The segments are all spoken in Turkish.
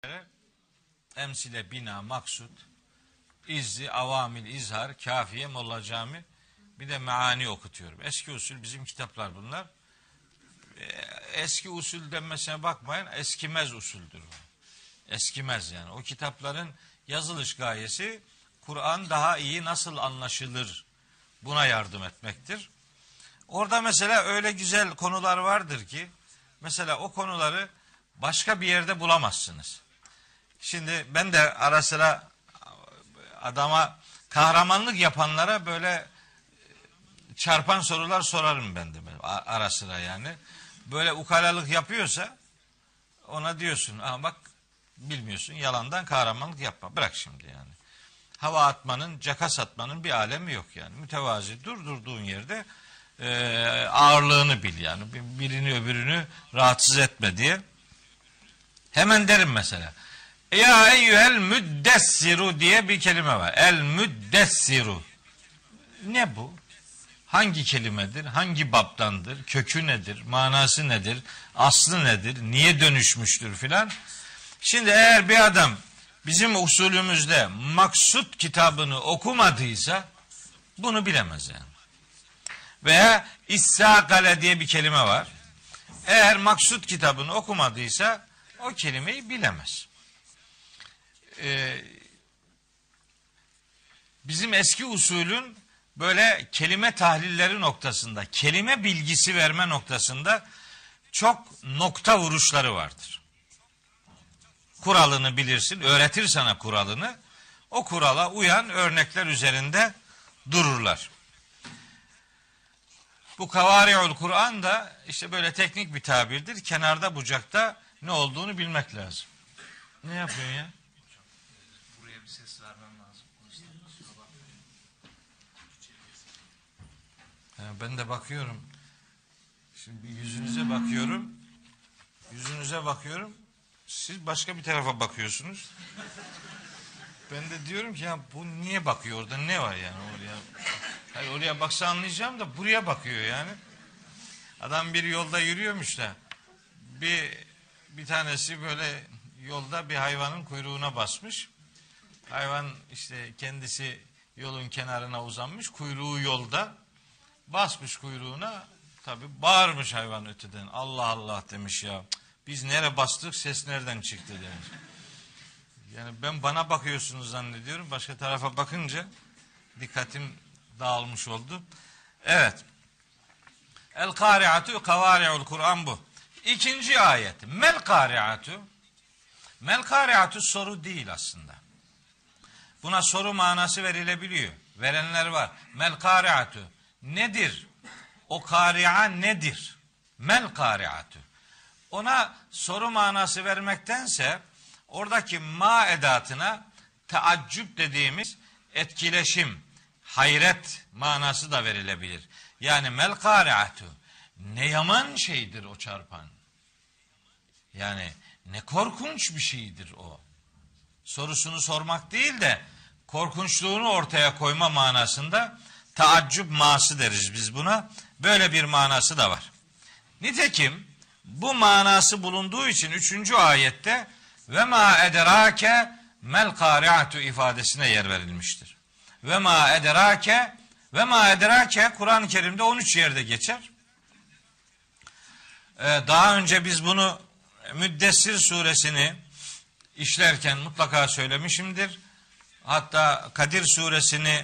Emsile, bina, maksut, izzi, avamil, izhar, kafiye, molla cami, bir de meani okutuyorum. Eski usul bizim kitaplar bunlar. Eski usul denmesine bakmayın, eskimez usuldür. Eskimez yani. O kitapların yazılış gayesi Kur'an daha iyi nasıl anlaşılır buna yardım etmektir. Orada mesela öyle güzel konular vardır ki mesela o konuları başka bir yerde bulamazsınız. Şimdi ben de ara sıra adama kahramanlık yapanlara böyle çarpan sorular sorarım ben de ara sıra yani. Böyle ukalalık yapıyorsa ona diyorsun bak bilmiyorsun, yalandan kahramanlık yapma, bırak şimdi yani. Hava atmanın, caka satmanın bir alemi yok yani. Mütevazi durduğun yerde ağırlığını bil yani. Birini öbürünü rahatsız etme diye. Hemen derim mesela. Ya eyyühel müddessiru diye bir kelime var. El müddessiru. Ne bu? Hangi kelimedir? Hangi baptandır? Kökü nedir? Manası nedir? Aslı nedir? Niye dönüşmüştür filan? Şimdi eğer bir adam bizim usulümüzde maksut kitabını okumadıysa bunu bilemez yani. Veya İssakale diye bir kelime var. Eğer maksut kitabını okumadıysa o kelimeyi bilemez. Bizim eski usulün böyle kelime tahlilleri noktasında, kelime bilgisi verme noktasında çok nokta vuruşları vardır. Kuralını bilirsin, öğretir sana kuralını. O kurala uyan örnekler üzerinde dururlar. Bu Kavari'ül Kur'an da işte böyle teknik bir tabirdir. Kenarda bucakta ne olduğunu bilmek lazım. Ne yapıyorsun ya? Buraya bir ses vermem lazım. Ben de bakıyorum. Şimdi yüzünüze bakıyorum. Yüzünüze bakıyorum. Siz başka bir tarafa bakıyorsunuz. Ben de diyorum ki ya bu niye bakıyor, orada ne var yani oraya? Hayır, oraya baksa anlayacağım da buraya bakıyor yani. Adam bir yolda yürüyormuş da bir tanesi böyle yolda bir hayvanın kuyruğuna basmış. Hayvan işte kendisi yolun kenarına uzanmış, kuyruğu yolda, basmış kuyruğuna, tabi bağırmış hayvan öteden. Allah Allah demiş ya. Biz nereye bastık, ses nereden çıktı demiş. Yani ben bana bakıyorsunuz zannediyorum. Başka tarafa bakınca dikkatim dağılmış oldu. Evet. El-Kari'atu Kavari'ul Kur'an bu. İkinci ayet. Mel-Kari'atu. Mel-Kari'atu soru değil aslında. Buna soru manası verilebiliyor. Verenler var. Mel-Kari'atu. Nedir? O kari'a nedir? Mel-Kari'atu. Ona soru manası vermektense oradaki ma edatına teaccüp dediğimiz etkileşim, hayret manası da verilebilir. Yani mel-kari'atu, ne yaman şeydir o çarpan. Yani ne korkunç bir şeydir o. Sorusunu sormak değil de korkunçluğunu ortaya koyma manasında teaccüp ma'sı deriz biz buna. Böyle bir manası da var. Nitekim bu manası bulunduğu için 3. ayette ve ma ederake mel kari'atu ifadesine yer verilmiştir. Ve ma ederake Kur'an-ı Kerim'de 13 yerde geçer. Daha önce biz bunu Müddessir suresini işlerken mutlaka söylemişimdir. Hatta Kadir suresini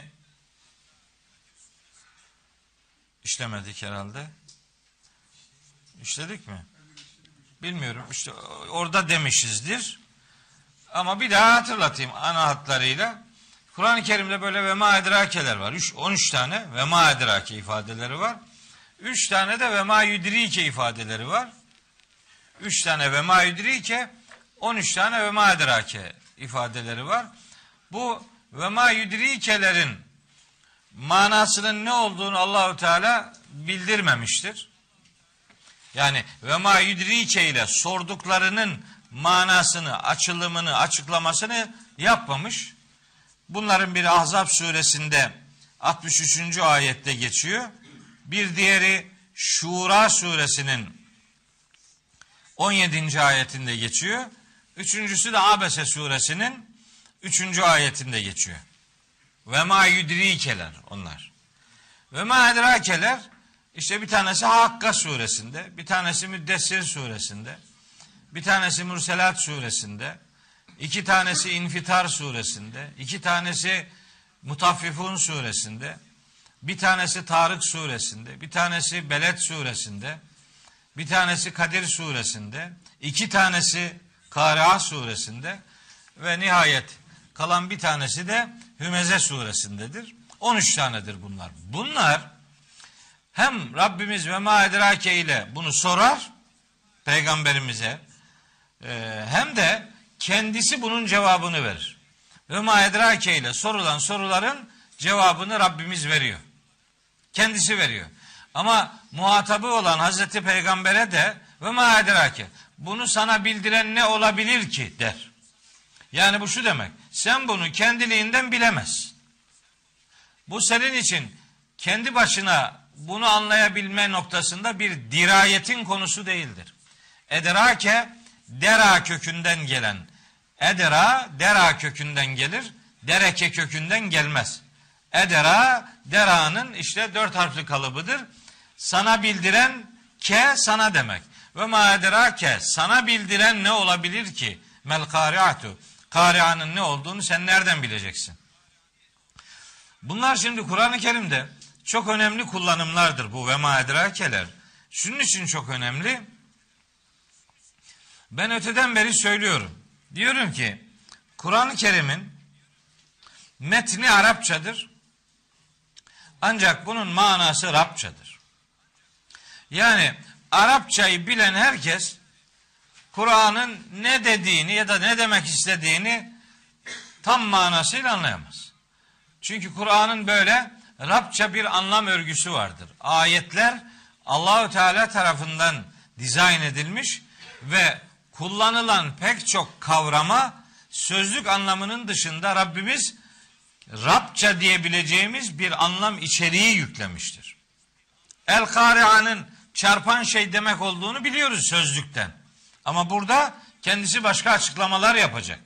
işlemedik herhalde. İşledik mi? Bilmiyorum. İşte orada demişizdir. Ama bir daha hatırlatayım ana hatlarıyla. Kur'an-ı Kerim'de böyle ve ma edrakeler var. 13 tane ve ma edrake ifadeleri var. 3 tane de ve ma yudrike ifadeleri var. 3 tane ve ma yudrike, 13 tane ve ma edrake ifadeleri var. Bu ve ma yudrikelerin manasının ne olduğunu Allahu Teala bildirmemiştir. Yani ve ma yudrike ile sorduklarının manasını, açılımını, açıklamasını yapmamış. Bunların biri Ahzab suresinde 63. ayette geçiyor. Bir diğeri Şura suresinin 17. ayetinde geçiyor. Üçüncüsü de Abese suresinin 3. ayetinde geçiyor. Ve ma yudrikeler onlar. Ve ma edrakeler işte bir tanesi Hakka suresinde, bir tanesi Müddessir suresinde, bir tanesi Mürselat suresinde, 2 tanesi İnfitar suresinde, 2 tanesi Mutaffifun suresinde, bir tanesi Tarık suresinde, bir tanesi Beled suresinde, bir tanesi Kadir suresinde, 2 tanesi Kari'a suresinde ve nihayet kalan bir tanesi de Hümeze suresindedir. 13 tanedir bunlar. Bunlar hem Rabbimiz ve ma edrake ile bunu sorar peygamberimize, hem de kendisi bunun cevabını verir. Ve ma edrake ile sorulan soruların cevabını Rabbimiz veriyor. Kendisi veriyor. Ama muhatabı olan Hazreti Peygamber'e de ve ma edrake, bunu sana bildiren ne olabilir ki der. Yani bu şu demek: sen bunu kendiliğinden bilemezsin. Bu senin için kendi başına bunu anlayabilme noktasında bir dirayetin konusu değildir. Edrake, dera kökünden gelen. Edera, dera kökünden gelir. Dereke kökünden gelmez. Edera, dera'nın işte 4 harfli kalıbıdır. Sana bildiren, ke sana demek. Ve ma edrake, sana bildiren ne olabilir ki? Mel kari'atu. Kari'anın ne olduğunu sen nereden bileceksin? Bunlar şimdi Kur'an-ı Kerim'de çok önemli kullanımlardır bu ve ma edrakeler. Şunun için çok önemli. Ben öteden beri söylüyorum. Diyorum ki Kur'an-ı Kerim'in metni Arapçadır. Ancak bunun manası Rabçadır. Yani Arapçayı bilen herkes Kur'an'ın ne dediğini ya da ne demek istediğini tam manasıyla anlayamaz. Çünkü Kur'an'ın böyle Rabça bir anlam örgüsü vardır. Ayetler Allahu Teala tarafından dizayn edilmiş ve kullanılan pek çok kavrama sözlük anlamının dışında Rabbimiz Rabça diyebileceğimiz bir anlam içeriği yüklemiştir. El-Kari'anın çarpan şey demek olduğunu biliyoruz sözlükten. Ama burada kendisi başka açıklamalar yapacak.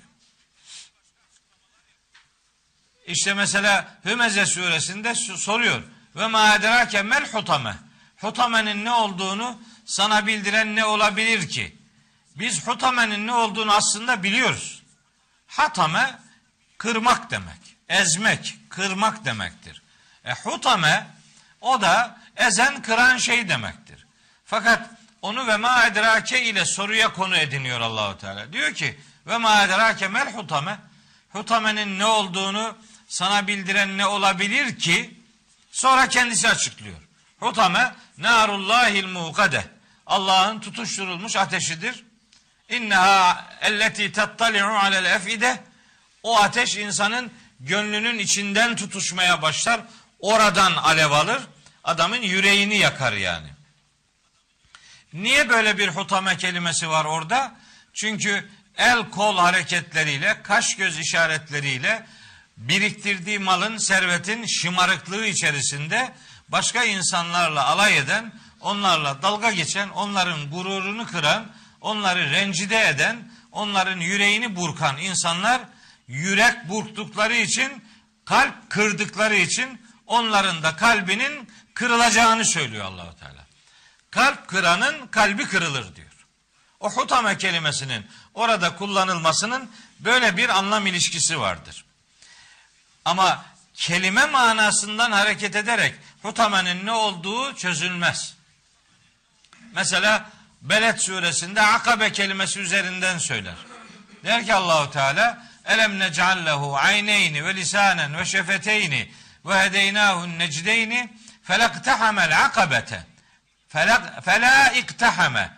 İşte mesela Hümeze suresinde soruyor. Ve ma edrake mel hutame. Hutamenin ne olduğunu sana bildiren ne olabilir ki? Biz hutamenin ne olduğunu aslında biliyoruz. Hatame kırmak demek. Ezmek, kırmak demektir. Hutame o da ezen, kıran şey demektir. Fakat onu ve ma edrake ile soruya konu ediniyor Allahu Teala. Diyor ki ve ma edrake mel hutame. Hutamenin ne olduğunu sana bildiren ne olabilir ki? Sonra kendisi açıklıyor. Hutame narullahil muqade. Allah'ın tutuşturulmuş ateşidir. İnneha elleti tattali'u alel efide. O ateş insanın gönlünün içinden tutuşmaya başlar. Oradan alev alır. Adamın yüreğini yakar yani. Niye böyle bir hutame kelimesi var orada? Çünkü el kol hareketleriyle, kaş göz işaretleriyle biriktirdiği malın, servetin şımarıklığı içerisinde başka insanlarla alay eden, onlarla dalga geçen, onların gururunu kıran, onları rencide eden, onların yüreğini burkan insanlar yürek burktukları için, kalp kırdıkları için onların da kalbinin kırılacağını söylüyor Allah-u Teala. Kalp kıranın kalbi kırılır diyor. O hutame kelimesinin orada kullanılmasının böyle bir anlam ilişkisi vardır. Ama kelime manasından hareket ederek hutamenin ne olduğu çözülmez. Mesela Beled suresinde akabe kelimesi üzerinden söyler. Der ki Allahu Teala elem nec'allehu ayneyni ve lisanen ve şefeteyni ve hedeynahu'n necdeyni felaktahamel akabete fela iktahame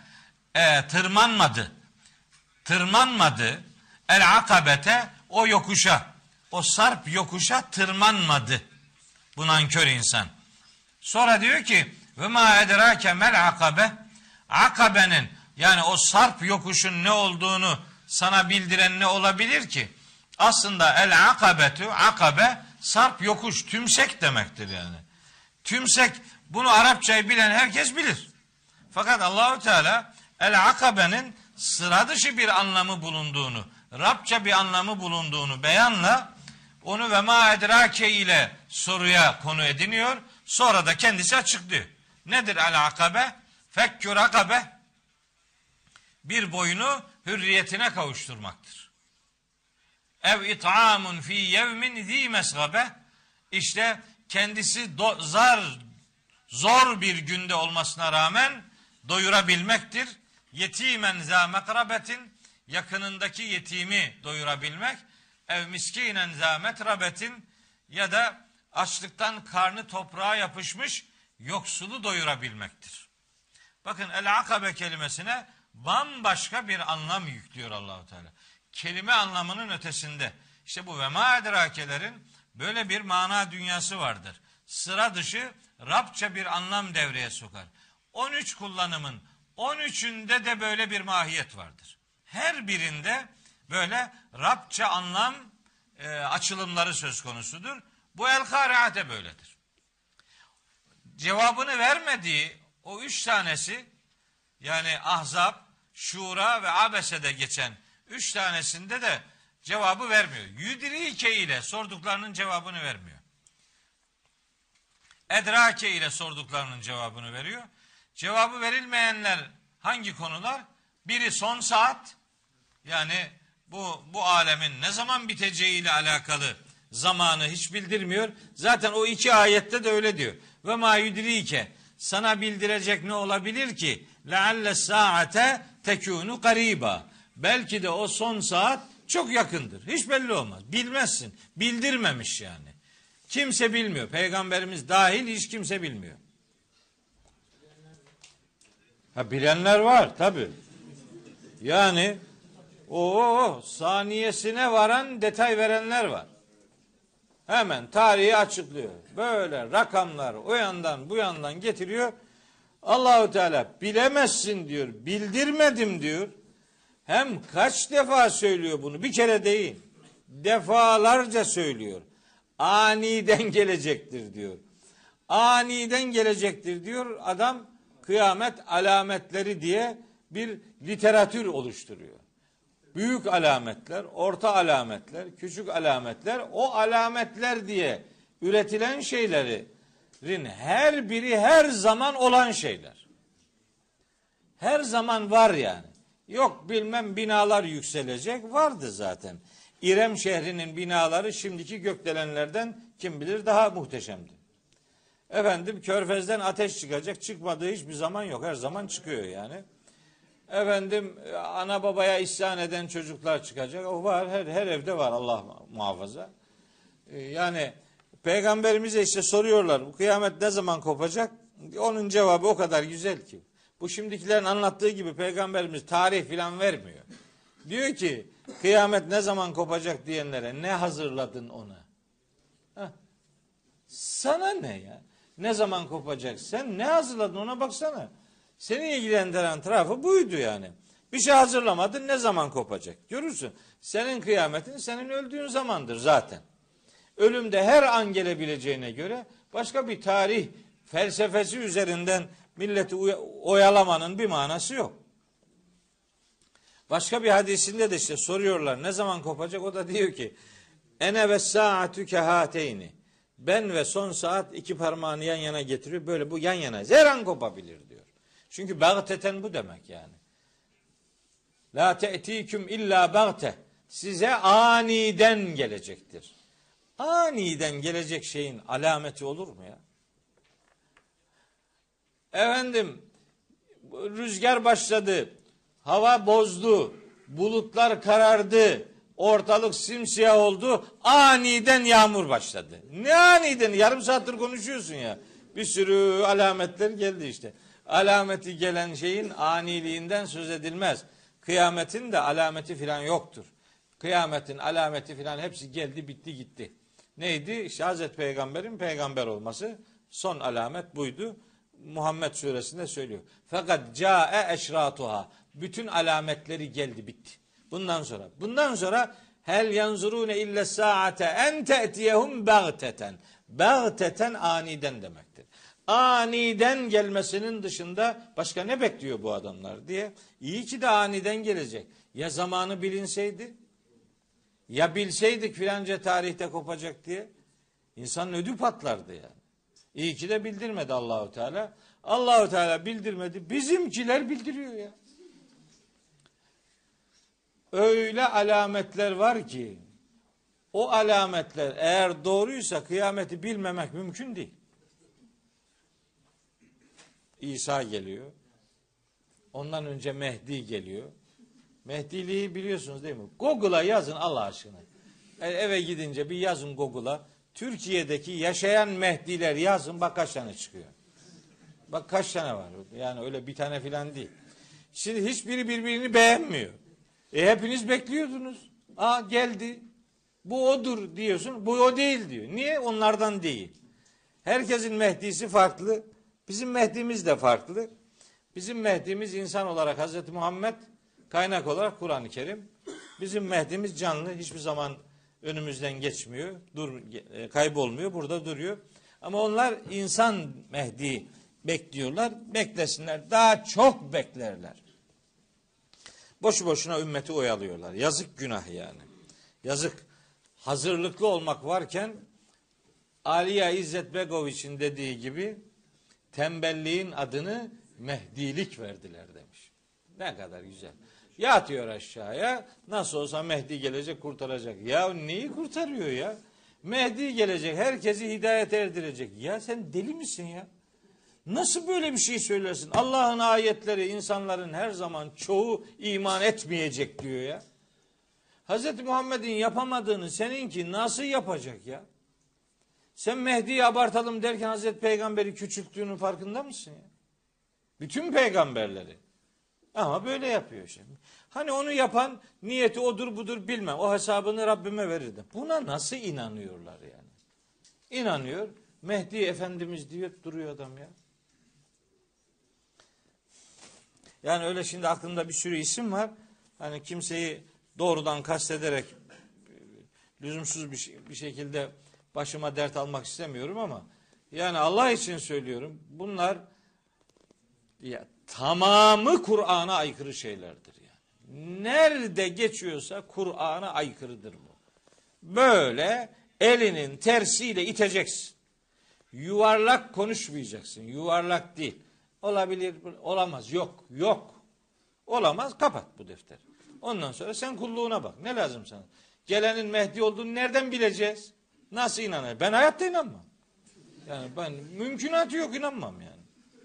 tırmanmadı el akabete o yokuşa, o sarp yokuşa tırmanmadı bu nankör insan. Sonra diyor ki ve ma edrake mel akabe. Akabenin yani o sarp yokuşun ne olduğunu sana bildiren ne olabilir ki? Aslında el akabetu, akabe sarp yokuş, tümsek demektir yani. Tümsek, bunu Arapçayı bilen herkes bilir. Fakat Allahu Teala el akabenin sıra dışı bir anlamı bulunduğunu, Rabça bir anlamı bulunduğunu beyanla onu ve ma edrake ile soruya konu ediniyor. Sonra da kendisi açıklıyor. Nedir el-akabe? Fekkü rakabe. Bir boyunu hürriyetine kavuşturmaktır. Ev it'amun fi yevmin zi mesgabe. İşte kendisi zor bir günde olmasına rağmen doyurabilmektir. Yetimen za mekrabetin, yakınındaki yetimi doyurabilmek. Ev miskinen za metrabetin, ya da açlıktan karnı toprağa yapışmış yoksulu doyurabilmektir. Bakın el-akabe kelimesine bambaşka bir anlam yüklüyor Allah-u Teala. Kelime anlamının ötesinde. İşte bu ve ma edrakelerin böyle bir mana dünyası vardır. Sıra dışı Rabça bir anlam devreye sokar. 13 kullanımın 13'ünde de böyle bir mahiyet vardır. Her birinde böyle Rabça anlam açılımları söz konusudur. Bu el-kariate böyledir. Cevabını vermediği o 3 tanesi, yani Ahzab, Şura ve Abese'de geçen 3 tanesinde de cevabı vermiyor. Yüdrike ile sorduklarının cevabını vermiyor. Edrake ile sorduklarının cevabını veriyor. Cevabı verilmeyenler hangi konular? Biri son saat, yani bu alemin ne zaman biteceği ile alakalı zamanı hiç bildirmiyor. Zaten o 2 ayette de öyle diyor. Ve ma yudrike, sana bildirecek ne olabilir ki? Lealle saate tekunu gariba. Belki de o son saat çok yakındır. Hiç belli olmaz. Bilmezsin. Bildirmemiş yani. Kimse bilmiyor. Peygamberimiz dahil hiç kimse bilmiyor. Bilenler var tabii. Yani o saniyesine varan detay verenler var. Hemen tarihi açıklıyor. Böyle rakamlar o yandan bu yandan getiriyor. Allahu Teala bilemezsin diyor. Bildirmedim diyor. Hem kaç defa söylüyor bunu? Bir kere değil. Defalarca söylüyor. Aniden gelecektir diyor. Aniden gelecektir diyor. Adam kıyamet alametleri diye bir literatür oluşturuyor. Büyük alametler, orta alametler, küçük alametler, o alametler diye üretilen şeylerin her biri her zaman olan şeyler. Her zaman var yani. Yok bilmem binalar yükselecek, vardı zaten. İrem şehrinin binaları şimdiki gökdelenlerden kim bilir daha muhteşemdi. Efendim Körfez'den ateş çıkacak, çıkmadığı hiçbir zaman yok, her zaman çıkıyor yani. Efendim ana babaya isyan eden çocuklar çıkacak, o var, her evde var, Allah muhafaza. Yani Peygamberimize işte soruyorlar, bu kıyamet ne zaman kopacak? Onun cevabı o kadar güzel ki. Bu şimdikilerin anlattığı gibi Peygamberimiz tarih filan vermiyor. Diyor ki kıyamet ne zaman kopacak diyenlere ne hazırladın ona? Sana ne ya? Ne zaman kopacak? Sen ne hazırladın ona baksana. Seni ilgilendiren tarafı buydu yani. Bir şey hazırlamadın, ne zaman kopacak? Görürsün. Senin kıyametin senin öldüğün zamandır zaten. Ölümde her an gelebileceğine göre başka bir tarih felsefesi üzerinden milleti oyalamanın bir manası yok. Başka bir hadisinde de işte soruyorlar ne zaman kopacak, o da diyor ki ene ve saatü kehateyni, ben ve son saat 2 parmağını yan yana getiriyor, böyle bu yan yana her an kopabilir diyor. Çünkü bagteten bu demek yani. La te'tiküm illa bagte, size aniden gelecektir. Aniden gelecek şeyin alameti olur mu ya? Efendim rüzgar başladı, hava bozdu, bulutlar karardı, ortalık simsiyah oldu, aniden yağmur başladı. Ne aniden? Yarım saattir konuşuyorsun ya. Bir sürü alametler geldi işte. Alameti gelen şeyin aniliğinden söz edilmez. Kıyametin de alameti filan yoktur. Kıyametin alameti filan hepsi geldi bitti gitti. Neydi? İşte Hazreti Peygamber'in peygamber olması son alamet buydu. Muhammed suresinde söylüyor. Fakat ca'e eşratuha, bütün alametleri geldi bitti. Bundan sonra hel yanzurune illa saate en te'tiyehum bagteten. Bagteten aniden demektir. Aniden gelmesinin dışında başka ne bekliyor bu adamlar diye. İyi ki de aniden gelecek. Ya zamanı bilinseydi, ya bilseydik filanca tarihte kopacak diye, insanın ödü patlardı yani. İyi ki de bildirmedi Allahu Teala. Allahu Teala bildirmedi. Bizimkiler bildiriyor ya. Öyle alametler var ki, o alametler eğer doğruysa kıyameti bilmemek mümkün değil. İsa geliyor. Ondan önce Mehdi geliyor. Mehdiliği biliyorsunuz değil mi? Google'a yazın Allah aşkına. Eve gidince bir yazın Google'a. Türkiye'deki yaşayan Mehdiler yazın, bak kaç tane çıkıyor. Bak kaç tane var. Yani öyle bir tane filan değil. Şimdi hiçbiri birbirini beğenmiyor. Hepiniz bekliyordunuz. Geldi. Bu odur diyorsun. Bu o değil diyor. Niye? Onlardan değil. Herkesin Mehdi'si farklı. Bizim Mehdi'miz de farklı. Bizim Mehdi'miz insan olarak Hazreti Muhammed, kaynak olarak Kur'an-ı Kerim. Bizim Mehdi'miz canlı, hiçbir zaman önümüzden geçmiyor, kaybolmuyor, burada duruyor. Ama onlar insan Mehdi bekliyorlar, beklesinler, daha çok beklerler. Boşu boşuna ümmeti oyalıyorlar. Yazık, günah yani. Yazık. Hazırlıklı olmak varken Aliya İzzet Begoviç'in dediği gibi tembelliğin adını Mehdilik verdiler demiş. Ne kadar güzel. Yatıyor aşağıya, nasıl olsa Mehdi gelecek kurtaracak. Ya neyi kurtarıyor ya? Mehdi gelecek, herkesi hidayete erdirecek. Ya sen deli misin ya? Nasıl böyle bir şey söylersin? Allah'ın ayetleri, insanların her zaman çoğu iman etmeyecek diyor ya. Hazreti Muhammed'in yapamadığını seninki nasıl yapacak ya? Sen Mehdi'yi abartalım derken Hazreti Peygamber'i küçülttüğünün farkında mısın ya? Bütün peygamberleri. Ama böyle yapıyor şimdi. Hani onu yapan niyeti odur budur bilmem. O hesabını Rabbime verirdim. Buna nasıl inanıyorlar yani? İnanıyor. Mehdi Efendimiz diyor, duruyor adam ya. Yani öyle şimdi aklımda bir sürü isim var. Hani kimseyi doğrudan kastederek lüzumsuz bir şekilde başıma dert almak istemiyorum ama yani Allah için söylüyorum. Bunlar ya tamamı Kur'an'a aykırı şeylerdir yani. Nerede geçiyorsa Kur'an'a aykırıdır bu. Böyle elinin tersiyle iteceksin. Yuvarlak konuşmayacaksın. Yuvarlak değil. Olabilir, olamaz. Yok. Olamaz, kapat bu defteri. Ondan sonra sen kulluğuna bak. Ne lazım sana? Gelenin Mehdi olduğunu nereden bileceğiz? Nasıl inanır? Ben hayatta inanmam. Yani ben mümkünatı yok, inanmam yani.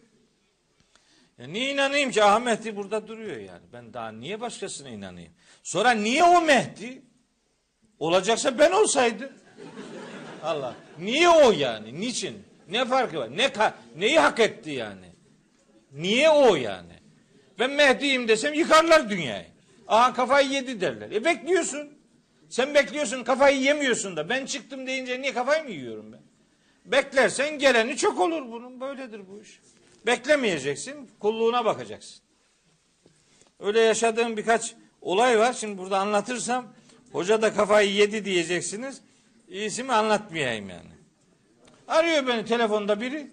Ya niye inanayım ki? Mehdi burada duruyor yani. Ben daha niye başkasına inanayım? Sonra niye o Mehdi? Olacaksa ben olsaydım. Allah. Niye o yani? Niçin? Ne farkı var? Neyi hak etti yani? Niye o yani? Ben Mehdi'yim desem yıkarlar dünyayı. Kafayı yedi derler. Bekliyorsun. Sen bekliyorsun, kafayı yemiyorsun da. Ben çıktım deyince niye kafayı mı yiyorum ben? Beklersen geleni çok olur bunun. Böyledir bu iş. Beklemeyeceksin. Kulluğuna bakacaksın. Öyle yaşadığım birkaç olay var. Şimdi burada anlatırsam hoca da kafayı yedi diyeceksiniz. İyisi mi anlatmayayım yani. Arıyor beni telefonda biri.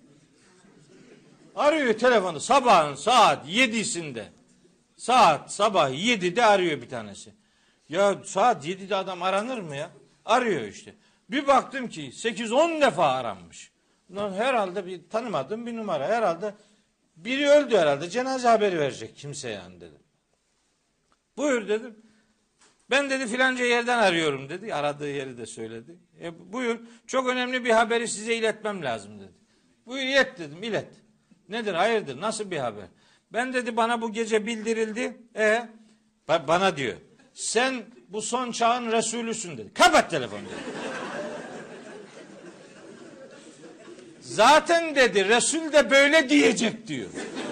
Arıyor telefonda sabahın saat 7'sinde. Sabah 7'de arıyor bir tanesi. Ya saat 7'de adam aranır mı ya? Arıyor işte. Bir baktım ki 8-10 defa aranmış. Herhalde bir tanımadığım bir numara. Herhalde biri öldü herhalde. Cenaze haberi verecek kimse yani dedim. Buyur dedim. Ben dedi filanca yerden arıyorum dedi. Aradığı yeri de söyledi. Buyur. Çok önemli bir haberi size iletmem lazım dedi. Buyur ilet dedim. İlet. Nedir? Hayırdır? Nasıl bir haber? Ben dedi bana bu gece bildirildi. Bana diyor. Sen bu son çağın Resulüsün dedi. Kapat telefonu dedi. Zaten dedi Resul de böyle diyecek diyor.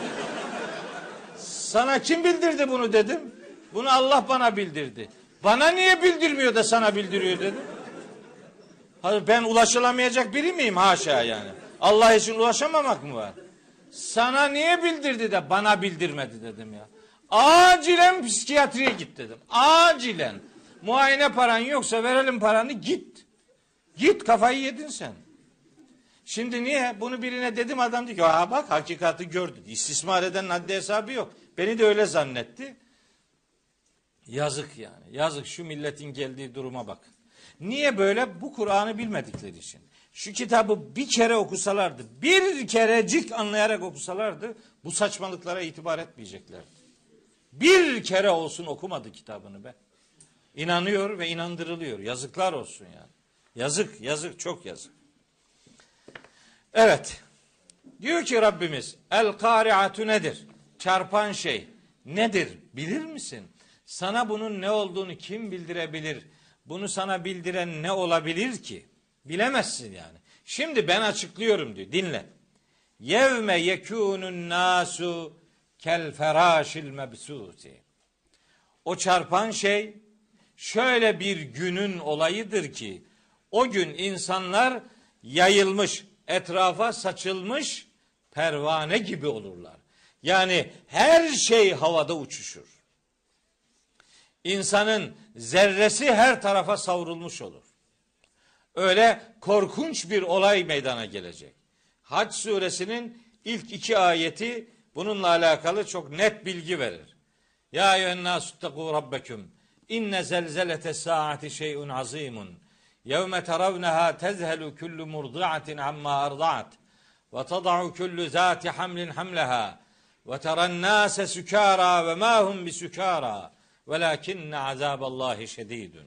Sana kim bildirdi bunu dedim. Bunu Allah bana bildirdi. Bana niye bildirmiyor da sana bildiriyor dedim. Ben ulaşılamayacak biri miyim? Haşa yani. Allah için ulaşamamak mı var? Sana niye bildirdi de bana bildirmedi dedim ya. Acilen psikiyatriye git dedim. Acilen. Muayene paran yoksa verelim paranı git. Git, kafayı yedin sen. Şimdi niye? Bunu birine dedim, adam diyor ki aa bak hakikati gördü. İstismar edenin haddi hesabı yok. Beni de öyle zannetti. Yazık yani. Yazık, şu milletin geldiği duruma bak. Niye böyle? Bu Kur'an'ı bilmedikleri için. Şu kitabı bir kere okusalardı, bir kerecik anlayarak okusalardı bu saçmalıklara itibar etmeyeceklerdi. Bir kere olsun okumadı kitabını be. İnanıyor ve inandırılıyor. Yazıklar olsun yani. Yazık, yazık, çok yazık. Evet. Diyor ki Rabbimiz, el-kari'atu nedir? Çarpan şey nedir? Bilir misin? Sana bunun ne olduğunu kim bildirebilir? Bunu sana bildiren ne olabilir ki? Bilemezsin yani. Şimdi ben açıklıyorum diyor. Dinle. Yevme yekûnun nasu kel ferâşil mebsûti. O çarpan şey şöyle bir günün olayıdır ki o gün insanlar yayılmış, etrafa saçılmış pervane gibi olurlar. Yani her şey havada uçuşur. İnsanın zerresi her tarafa savrulmuş olur. Öyle korkunç bir olay meydana gelecek. Hac suresinin ilk 2 ayeti bununla alakalı çok net bilgi verir. Ya eyyühennâsuttekû rabbeküm inne zelzelete saati şey'un azimun yevme teravneha tezhelu kullu murdi'atin amma arda'at ve tada'u kullu zâti hamlin hamleha ve terennâse sükârâ ve mâ hum bisükârâ velakinne azâballâhi şedîdun.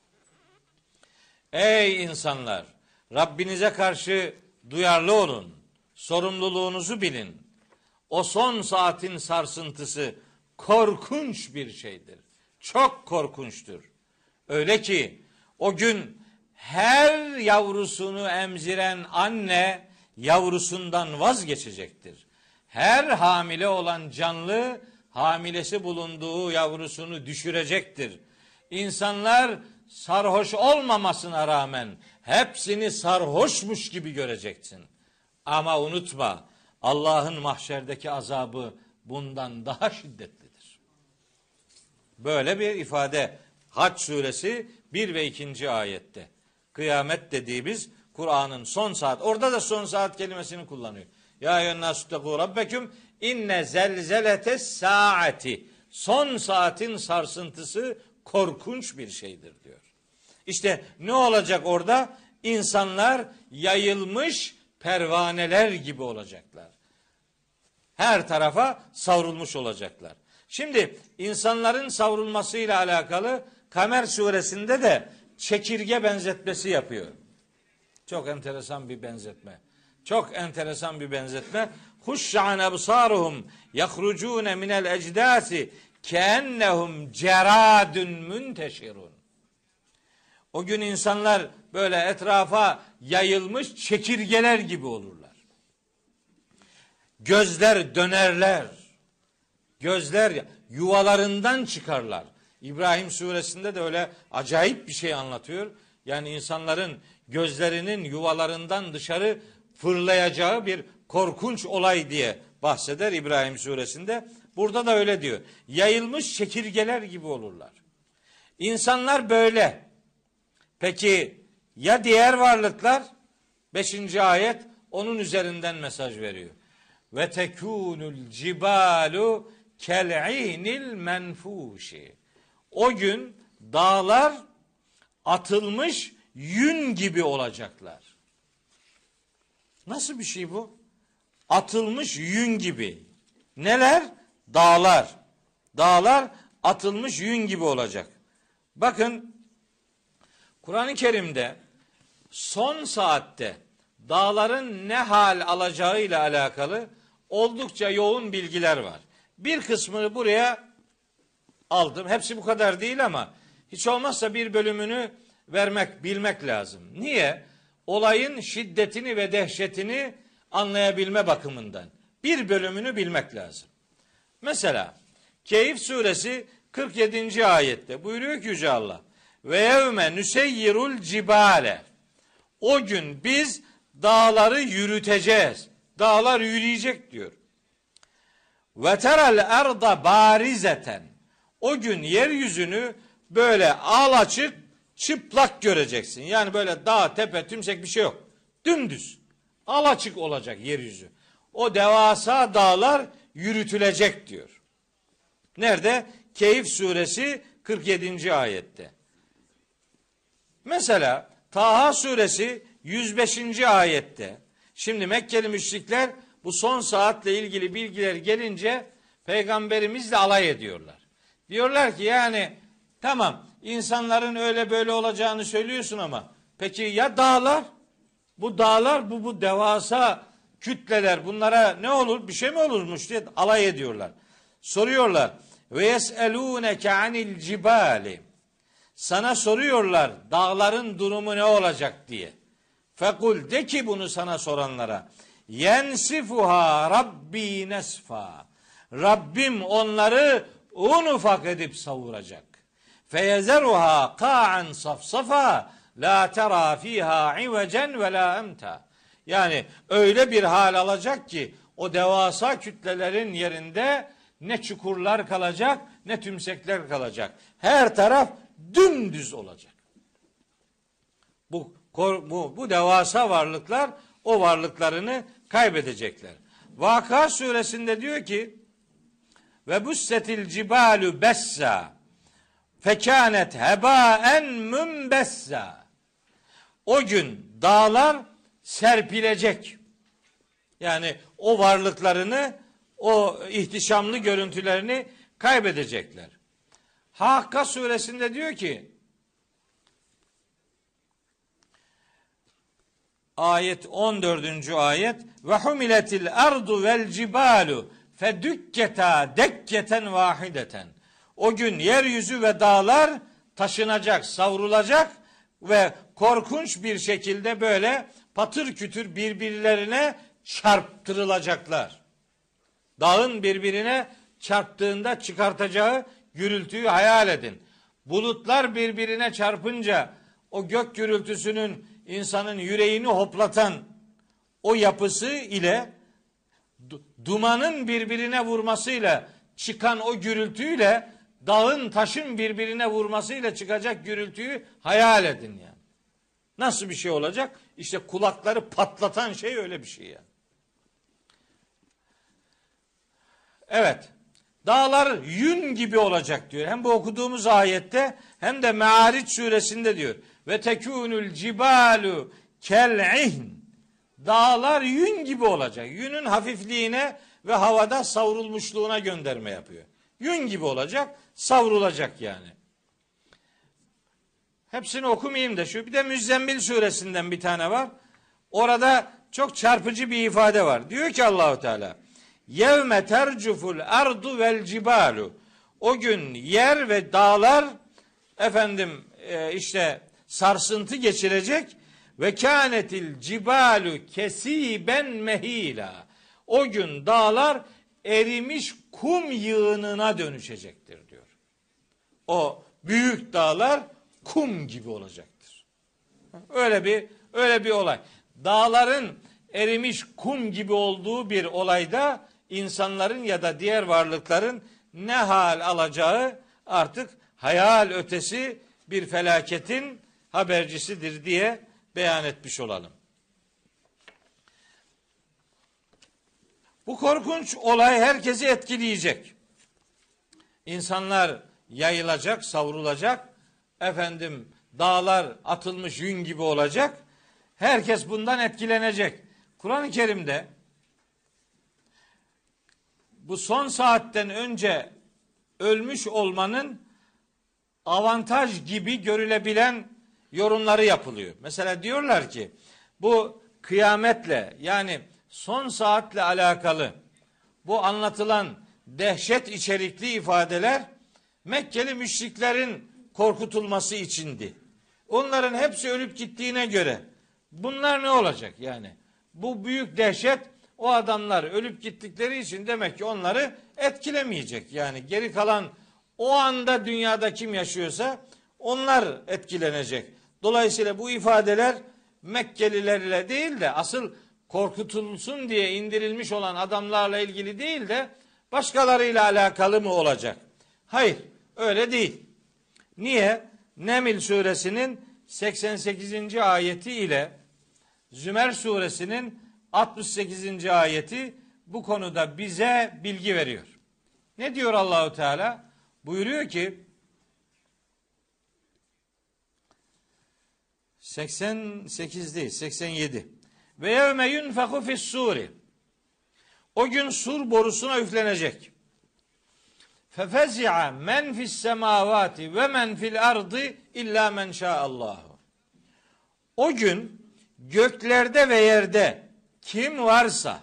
Ey insanlar! Rabbinize karşı duyarlı olun. Sorumluluğunuzu bilin. O son saatin sarsıntısı korkunç bir şeydir. Çok korkunçtur. Öyle ki o gün her yavrusunu emziren anne yavrusundan vazgeçecektir. Her hamile olan canlı hamilesi bulunduğu yavrusunu düşürecektir. İnsanlar sarhoş olmamasına rağmen hepsini sarhoşmuş gibi göreceksin. Ama unutma, Allah'ın mahşerdeki azabı bundan daha şiddetlidir. Böyle bir ifade Hac suresi 1 ve 2. ayette. Kıyamet dediğimiz Kur'an'ın son saat. Orada da son saat kelimesini kullanıyor. Ya eyyühennâsuttekû rabbeküm inne zelzeletes saati. Son saatin sarsıntısı korkunç bir şeydir diyor. İşte ne olacak orada? İnsanlar yayılmış pervaneler gibi olacaklar. Her tarafa savrulmuş olacaklar. Şimdi insanların savrulmasıyla alakalı Kamer suresinde de çekirge benzetmesi yapıyor. Çok enteresan bir benzetme. Çok enteresan bir benzetme. Huşşa'an ebsaruhum yahrucune minel ecdasi keennehum ceradun münteşirun. O gün insanlar böyle etrafa yayılmış çekirgeler gibi olurlar. Gözler dönerler. Gözler yuvalarından çıkarlar. İbrahim suresinde de öyle acayip bir şey anlatıyor. Yani insanların gözlerinin yuvalarından dışarı fırlayacağı bir korkunç olay diye bahseder İbrahim suresinde. Burada da öyle diyor. Yayılmış çekirgeler gibi olurlar. İnsanlar böyle. Peki ya diğer varlıklar? 5. ayet onun üzerinden mesaj veriyor. Ve tekûnul cibalu kel'inil menfuşi. O gün dağlar atılmış yün gibi olacaklar. Nasıl bir şey bu? Atılmış yün gibi. Neler? Dağlar. Dağlar atılmış yün gibi olacak. Bakın Kur'an-ı Kerim'de son saatte dağların ne hal alacağıyla alakalı oldukça yoğun bilgiler var. Bir kısmını buraya aldım. Hepsi bu kadar değil ama hiç olmazsa bir bölümünü bilmek lazım. Niye? Olayın şiddetini ve dehşetini anlayabilme bakımından. Bir bölümünü bilmek lazım. Mesela Keyif suresi 47. ayette buyuruyor ki Yüce Allah ve yevme nüseyyirul cibale. O gün biz dağları yürüteceğiz. Dağlar yürüyecek diyor. Ve terel erda barizeten. O gün yeryüzünü böyle açık çıplak göreceksin. Yani böyle dağ, tepe, tümsek bir şey yok. Dümdüz. Alaçık olacak yeryüzü. O devasa dağlar yürütülecek diyor. Nerede? Kehf suresi 47. ayette. Mesela Taha suresi 105. ayette. Şimdi Mekkeli müşrikler bu son saatle ilgili bilgiler gelince peygamberimizle alay ediyorlar. Diyorlar ki yani tamam insanların öyle böyle olacağını söylüyorsun ama peki ya dağlar? Bu dağlar bu devasa kütleler bunlara ne olur? Bir şey mi olurmuş diye alay ediyorlar. Soruyorlar. Ve yeselûneke anil cibali. Sana soruyorlar dağların durumu ne olacak diye. Fekul de ki bunu sana soranlara. Yensifuha Rabbi nesfa. Rabbim onları un ufak edip savuracak. Feyezeruha ka'an safsafa la tera fiha ivecen ve la emta. Yani öyle bir hal alacak ki o devasa kütlelerin yerinde ne çukurlar kalacak ne tümsekler kalacak. Her taraf dümdüz olacak. Bu devasa varlıklar o varlıklarını kaybedecekler. Vaka suresinde diyor ki ve bussetil cibalu bessa fekânet hebâen mümbessa. O gün dağlar serpilecek. Yani o varlıklarını, o ihtişamlı görüntülerini kaybedecekler. Hakka suresinde diyor ki ayet 14. ayet ve humiletil ardu vel cibalu fedukketa dekketen vahideten. O gün yeryüzü ve dağlar taşınacak, savrulacak ve korkunç bir şekilde böyle patır kütür birbirlerine çarptırılacaklar. Dağın birbirine çarptığında çıkartacağı gürültüyü hayal edin. Bulutlar birbirine çarpınca o gök gürültüsünün insanın yüreğini hoplatan o yapısı ile dumanın birbirine vurmasıyla çıkan o gürültüyle dağın taşın birbirine vurmasıyla çıkacak gürültüyü hayal edin yani. Nasıl bir şey olacak? İşte kulakları patlatan şey öyle bir şey yani. Evet. Dağlar yün gibi olacak diyor. Hem bu okuduğumuz ayette hem de Me'ariç suresinde diyor. Ve tekûnül cibalu kel'ihn. Dağlar yün gibi olacak. Yünün hafifliğine ve havada savrulmuşluğuna gönderme yapıyor. Yün gibi olacak, savrulacak yani. Hepsini okumayayım da şu. Bir de Müzzemmil suresinden bir tane var. Orada çok çarpıcı bir ifade var. Diyor ki Allahu Teala yevme tercuful ardu vel cibalu. O gün yer ve dağlar işte sarsıntı geçirecek ve kânetil cibalu kesiben mehila. O gün dağlar erimiş kum yığınına dönüşecektir diyor. O büyük dağlar kum gibi olacaktır. Öyle bir olay. Dağların erimiş kum gibi olduğu bir olayda insanların ya da diğer varlıkların ne hal alacağı artık hayal ötesi bir felaketin habercisidir diye beyan etmiş olalım. Bu korkunç olay herkesi etkileyecek. İnsanlar yayılacak, savrulacak. Dağlar atılmış yün gibi olacak. Herkes bundan etkilenecek. Kur'an-ı Kerim'de bu son saatten önce ölmüş olmanın avantaj gibi görülebilen yorumları yapılıyor. Mesela diyorlar ki bu kıyametle yani son saatle alakalı bu anlatılan dehşet içerikli ifadeler Mekkeli müşriklerin korkutulması içindi. Onların hepsi ölüp gittiğine göre bunlar ne olacak yani? Bu büyük dehşet o adamlar ölüp gittikleri için demek ki onları etkilemeyecek. Yani geri kalan o anda dünyada kim yaşıyorsa onlar etkilenecek. Dolayısıyla bu ifadeler Mekkelilerle değil de asıl korkutulsun diye indirilmiş olan adamlarla ilgili değil de başkalarıyla alakalı mı olacak? Hayır, öyle değil. Niye? Neml suresinin 88. ayeti ile Zümer suresinin 68. ayeti bu konuda bize bilgi veriyor. Ne diyor Allahu Teala? Buyuruyor ki 88 değil, 87. Ve yevme yunfeku fis-suri. O gün sur borusuna üflenecek. Fefezi'a men fis semavati ve men fil ardı illa men şa'allahu. O gün göklerde ve yerde kim varsa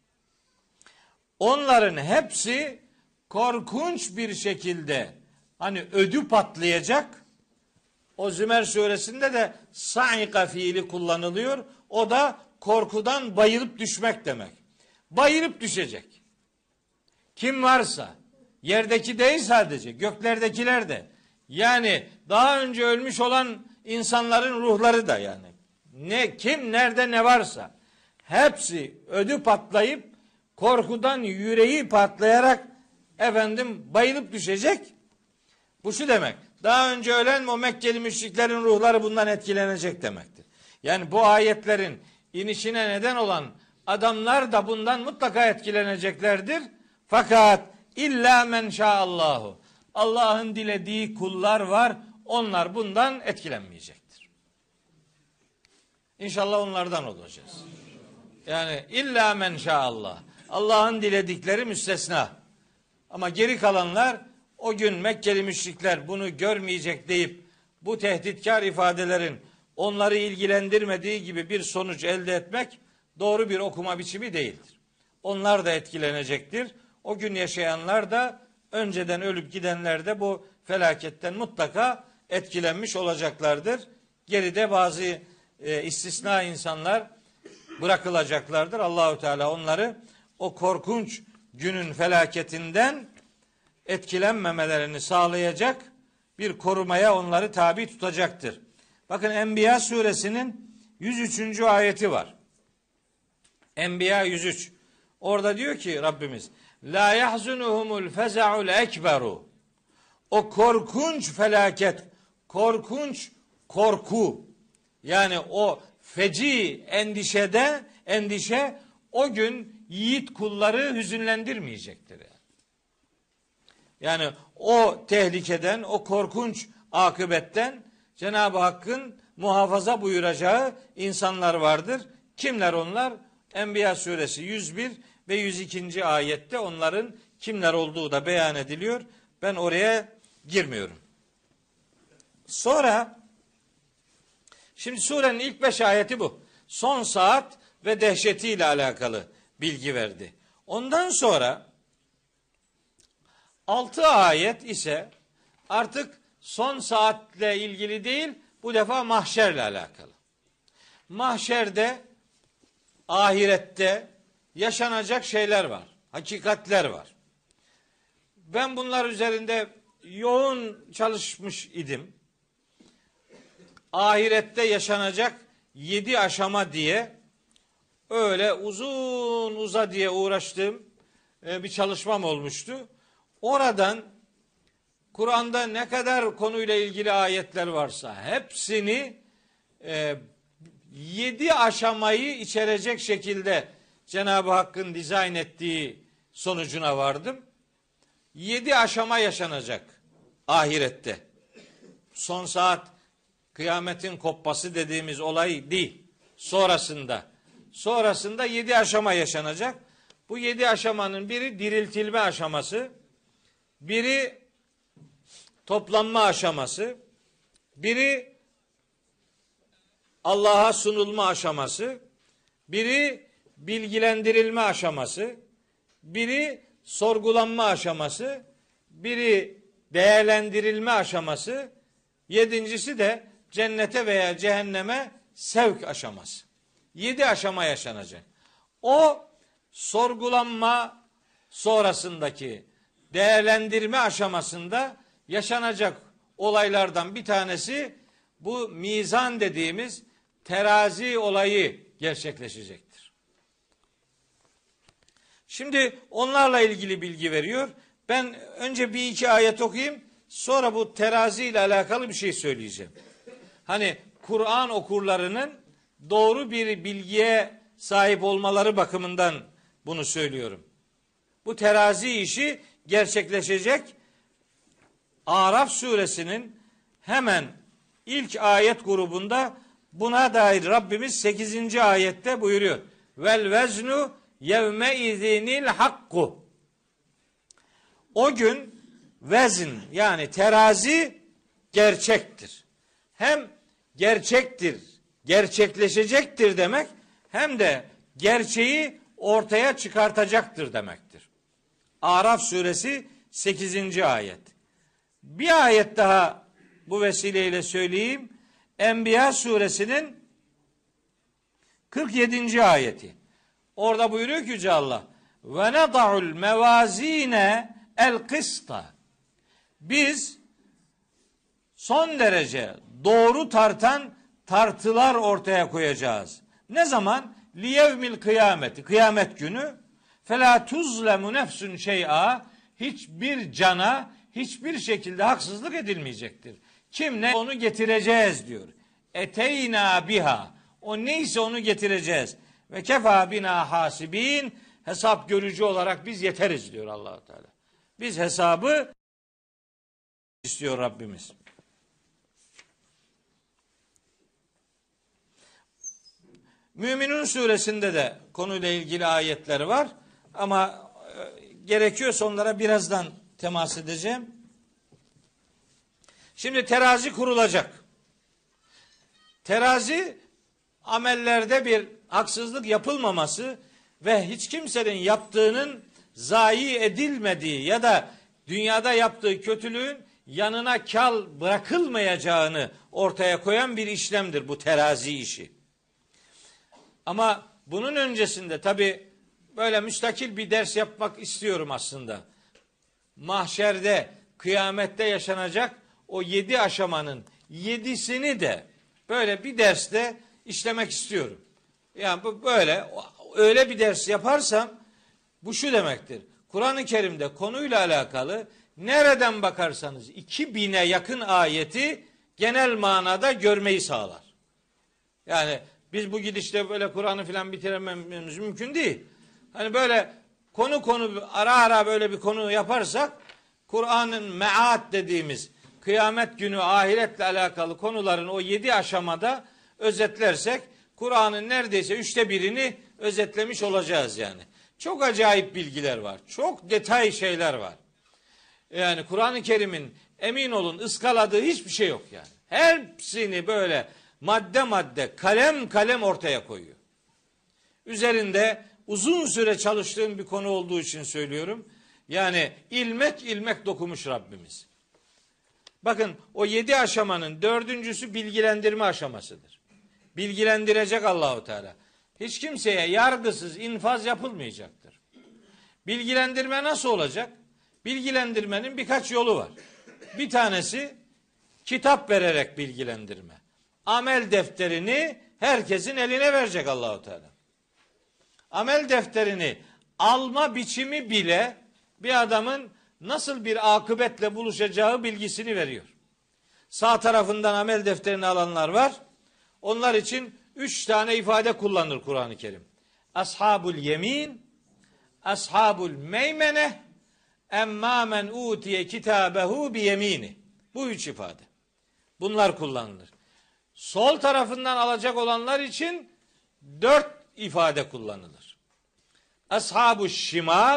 onların hepsi korkunç bir şekilde hani ödü patlayacak. O Zümer suresinde de sa'ika fiili kullanılıyor. O da korkudan bayılıp düşmek demek. Bayılıp düşecek. Kim varsa, yerdeki değil sadece, göklerdekiler de. Yani daha önce ölmüş olan insanların ruhları da yani. Kim nerede ne varsa hepsi ödü patlayıp korkudan yüreği patlayarak bayılıp düşecek. Bu şu demek. Daha önce ölen o Mekkeli müşriklerin ruhları bundan etkilenecek demektir. Yani bu ayetlerin inişine neden olan adamlar da bundan mutlaka etkileneceklerdir. Fakat illa men şa'allahu. Allah'ın dilediği kullar var. Onlar bundan etkilenmeyecektir. İnşallah onlardan olacağız. Yani illa men şa'allah. Allah'ın diledikleri müstesna. Ama geri kalanlar o gün Mekkeli müşrikler bunu görmeyecek deyip bu tehditkar ifadelerin onları ilgilendirmediği gibi bir sonuç elde etmek doğru bir okuma biçimi değildir. Onlar da etkilenecektir. O gün yaşayanlar da önceden ölüp gidenler de bu felaketten mutlaka etkilenmiş olacaklardır. Geride bazı istisna insanlar bırakılacaklardır. Allahu Teala onları o korkunç günün felaketinden etkilenmemelerini sağlayacak bir korumaya onları tabi tutacaktır. Bakın Enbiya suresinin 103. ayeti var. Enbiya 103. Orada diyor ki Rabbimiz la yahzunuhumul feza'ul ekberu. O korkunç felaket, korkunç korku, yani o feci endişe o gün yiğit kulları hüzünlendirmeyecektir. Yani o tehlikeden, o korkunç akıbetten Cenab-ı Hakk'ın muhafaza buyuracağı insanlar vardır. Kimler onlar? Enbiya suresi 101 ve 102. ayette onların kimler olduğu da beyan ediliyor. Ben oraya girmiyorum. Sonra şimdi surenin ilk 5 ayeti bu. Son saat ve dehşetiyle alakalı bilgi verdi. Ondan sonra 6 ayet ise artık son saatle ilgili değil, bu defa mahşerle alakalı. Mahşerde, ahirette yaşanacak şeyler var, hakikatler var. Ben bunlar üzerinde yoğun çalışmış idim. Ahirette yaşanacak 7 aşama diye öyle uzun uzadıya uğraştığım bir çalışmam olmuştu. Oradan Kur'an'da ne kadar konuyla ilgili ayetler varsa hepsini 7 aşamayı içerecek şekilde Cenab-ı Hakk'ın dizayn ettiği sonucuna vardım. 7 aşama yaşanacak ahirette. Son saat kıyametin kopması dediğimiz olay değil. Sonrasında 7 aşama yaşanacak. Bu 7 aşamanın biri diriltilme aşaması, biri toplanma aşaması, biri Allah'a sunulma aşaması, biri bilgilendirilme aşaması, biri sorgulanma aşaması, biri değerlendirilme aşaması, 7.'si de cennete veya cehenneme sevk aşaması. 7 aşama yaşanacak. O sorgulanma sonrasındaki değerlendirme aşamasında yaşanacak olaylardan bir tanesi bu mizan dediğimiz terazi olayı gerçekleşecektir. Şimdi onlarla ilgili bilgi veriyor. Ben önce bir iki ayet okuyayım, sonra bu terazi ile alakalı bir şey söyleyeceğim. Hani Kur'an okurlarının doğru bir bilgiye sahip olmaları bakımından bunu söylüyorum. Bu terazi işi gerçekleşecek. Araf suresinin hemen ilk ayet grubunda buna dair Rabbimiz 8. ayette buyuruyor. Vel veznu yevme izinil hakku. O gün vezn yani terazi gerçektir. Hem gerçektir, gerçekleşecektir demek hem de gerçeği ortaya çıkartacaktır demektir. Araf suresi 8. ayet. Bir ayet daha bu vesileyle söyleyeyim. Enbiya suresinin 47. ayeti. Orada buyuruyor ki Yüce Allah ve neda'ul mevazine el kısta. Biz son derece doğru tartan tartılar ortaya koyacağız. Ne zaman? Liyevmil kıyameti. Kıyamet günü. Fela tuzlemu nefsun şey'a. Hiçbir cana hiçbir şekilde haksızlık edilmeyecektir. Kim ne onu getireceğiz diyor. Eteyna biha. O neyse onu getireceğiz. Ve kefa bina hasibin. Hesap görücü olarak biz yeteriz diyor Allah-u Teala. Biz hesabı istiyor Rabbimiz. Müminun suresinde de konuyla ilgili ayetler var. Ama gerekiyorsa onlara birazdan temas edeceğim. Şimdi terazi kurulacak. Terazi amellerde bir haksızlık yapılmaması ve hiç kimsenin yaptığının zayi edilmediği ya da dünyada yaptığı kötülüğün yanına kal bırakılmayacağını ortaya koyan bir işlemdir bu terazi işi. Ama bunun öncesinde tabii böyle müstakil bir ders yapmak istiyorum aslında. Mahşerde, kıyamette yaşanacak o 7 aşamanın 7'sini de böyle bir derste işlemek istiyorum. Yani bu böyle öyle bir ders yaparsam bu şu demektir. Kur'an-ı Kerim'de konuyla alakalı nereden bakarsanız 2000'e yakın ayeti genel manada görmeyi sağlar. Yani biz bu gidişle böyle Kur'an'ı filan bitirememiz mümkün değil. Hani böyle konu ara ara böyle bir konu yaparsak Kur'an'ın me'at dediğimiz kıyamet günü ahiretle alakalı konuların o 7 aşamada özetlersek Kur'an'ın neredeyse 1/3'ünü özetlemiş olacağız yani. Çok acayip bilgiler var. Çok detay şeyler var. Yani Kur'an-ı Kerim'in emin olun ıskaladığı hiçbir şey yok yani. Hepsini böyle madde madde kalem kalem ortaya koyuyor. Üzerinde uzun süre çalıştığım bir konu olduğu için söylüyorum. Yani ilmek dokumuş Rabbimiz. Bakın o 7 aşamanın 4.'sü bilgilendirme aşamasıdır. Bilgilendirecek Allahu Teala. Hiç kimseye yargısız infaz yapılmayacaktır. Bilgilendirme nasıl olacak? Bilgilendirmenin birkaç yolu var. Bir tanesi kitap vererek bilgilendirme. Amel defterini herkesin eline verecek Allahu Teala. Amel defterini alma biçimi bile bir adamın nasıl bir akıbetle buluşacağı bilgisini veriyor. Sağ tarafından amel defterini alanlar var. Onlar için 3 tane ifade kullanır Kur'an-ı Kerim. Ashabul yemin, ashabul meymene, emma men utiye kitabehu bi yemini. Bu 3 ifade. Bunlar kullanılır. Sol tarafından alacak olanlar için 4 ifade kullanılır. Ashabul şimal,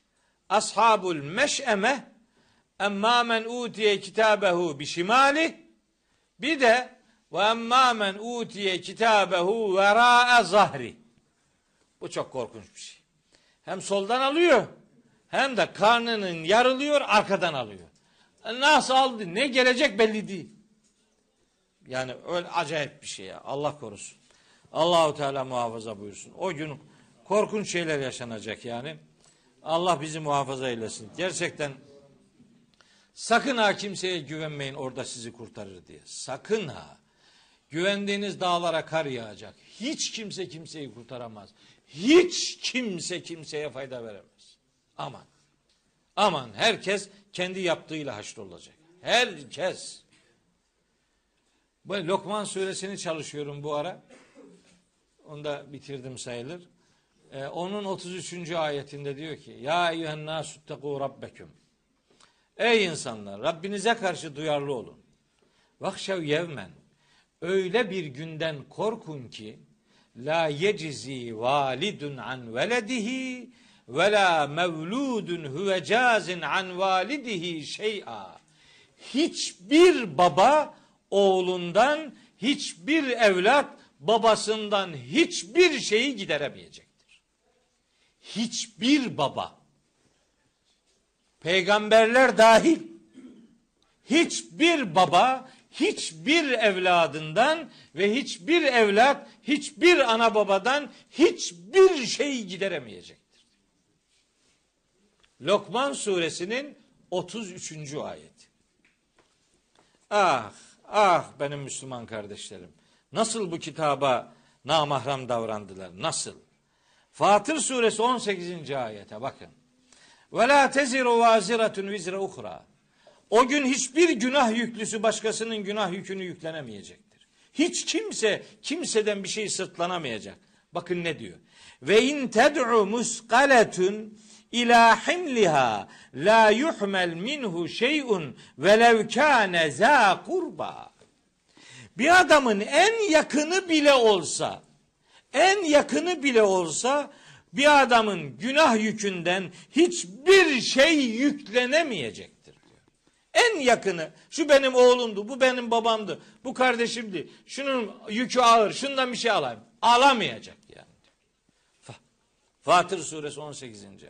ashabul meş'eme, emma men utiye kitabehu bi şimali. Bir de ve emmâ men utiye kitâbehu verâe zahri. Bu çok korkunç bir şey. Hem soldan alıyor hem de karnının yarılıyor arkadan alıyor. Nasıl aldı? Ne gelecek belli değil. Yani öyle acayip bir şey ya. Allah korusun. Allahu Teala muhafaza buyursun. O gün korkunç şeyler yaşanacak yani. Allah bizi muhafaza eylesin. Gerçekten sakın ha kimseye güvenmeyin orada sizi kurtarır diye. Sakın ha. Güvendiğiniz dağlara kar yağacak. Hiç kimse kimseyi kurtaramaz. Hiç kimse kimseye fayda veremez. Aman. Aman herkes kendi yaptığıyla haşrolacak. Herkes. Böyle Lokman suresini çalışıyorum bu ara. Onu da bitirdim sayılır. Onun 33. ayetinde diyor ki ya eyyühen nâsuttekû rabbeküm. Ey insanlar, Rabbinize karşı duyarlı olun. Vakşev yevmen. Öyle bir günden korkun ki la yecizi validun an veledihi ve la mevludun huve cazin an validihi şey'a. Hiçbir baba oğlundan, hiçbir evlat babasından hiçbir şeyi gideremeyecektir. Hiçbir baba, peygamberler dahil, hiçbir baba hiçbir evladından ve hiçbir evlat hiçbir ana babadan hiçbir şey gideremeyecektir. Lokman suresinin 33. ayeti. Ah benim Müslüman kardeşlerim. Nasıl bu kitaba namahram davrandılar? Nasıl? Fatır suresi 18. ayete bakın. Ve la teziru vaziratun vizre uhra. O gün hiçbir günah yüklüsü başkasının günah yükünü yüklenemeyecektir. Hiç kimse kimseden bir şey sırtlanamayacak. Bakın ne diyor? Ve in ted'u musqaletun ila himliha la yuhmel minhu şey'un velev kâne zâ kurba. Bir adamın en yakını bile olsa bir adamın günah yükünden hiçbir şey yüklenemeyecektir diyor. En yakını, şu benim oğlumdu, bu benim babamdı, bu kardeşimdi, şunun yükü ağır, şundan bir şey alayım. Alamayacak yani. Fatır suresi 18. ayet.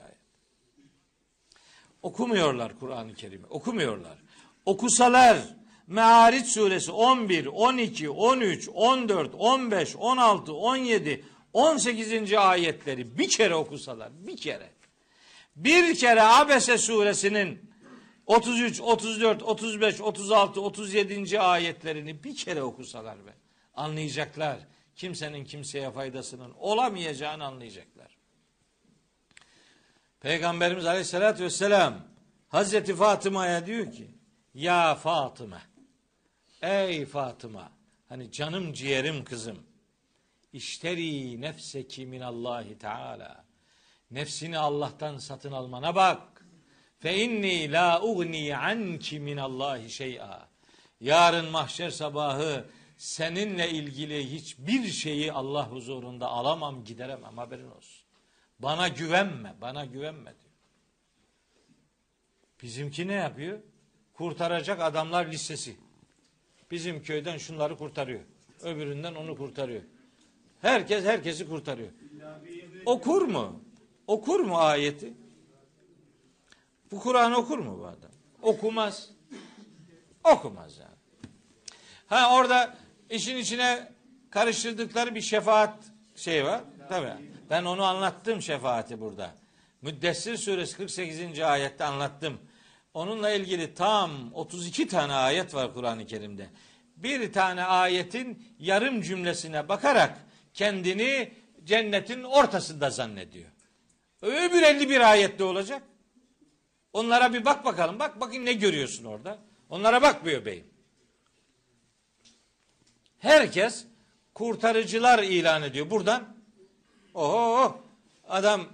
Okumuyorlar Kur'an-ı Kerim'i, okumuyorlar. Okusalar Me'ariç suresi 11, 12, 13, 14, 15, 16, 17, 18. ayetleri bir kere okusalar, bir kere Abese suresinin 33, 34, 35, 36, 37. ayetlerini bir kere okusalar be, anlayacaklar. Kimsenin kimseye faydasının olamayacağını anlayacaklar. Peygamberimiz Aleyhisselatü Vesselam Hazreti Fatıma'ya diyor ki ya Fatıma, ey Fatıma, hani canım ciğerim kızım, İşteri nefseki minallahi teala. Nefsini Allah'tan satın almana bak. Fe inni la ugni anki minallahi şey'a. Yarın mahşer sabahı seninle ilgili hiçbir şeyi Allah huzurunda alamam, gideremem, haberin olsun. Bana güvenme diyor. Bizimki ne yapıyor? Kurtaracak adamlar listesi. Bizim köyden şunları kurtarıyor. Öbüründen onu kurtarıyor. Herkes herkesi kurtarıyor. Okur mu? Okur mu ayeti? Bu Kur'an okur mu bu adam? Okumaz. Okumaz yani. Ha orada işin içine karıştırdıkları bir şefaat şey var. Tabii. Ben onu anlattım, şefaati burada. Müddessir suresi 48. ayette anlattım. Onunla ilgili tam 32 tane ayet var Kur'an-ı Kerim'de. Bir tane ayetin yarım cümlesine bakarak kendini cennetin ortasında zannediyor. Öbür 51 ayette olacak. Onlara bir bak bakalım. Bak bakayım ne görüyorsun orada. Onlara bakmıyor beyim. Herkes kurtarıcılar ilan ediyor. Buradan adam,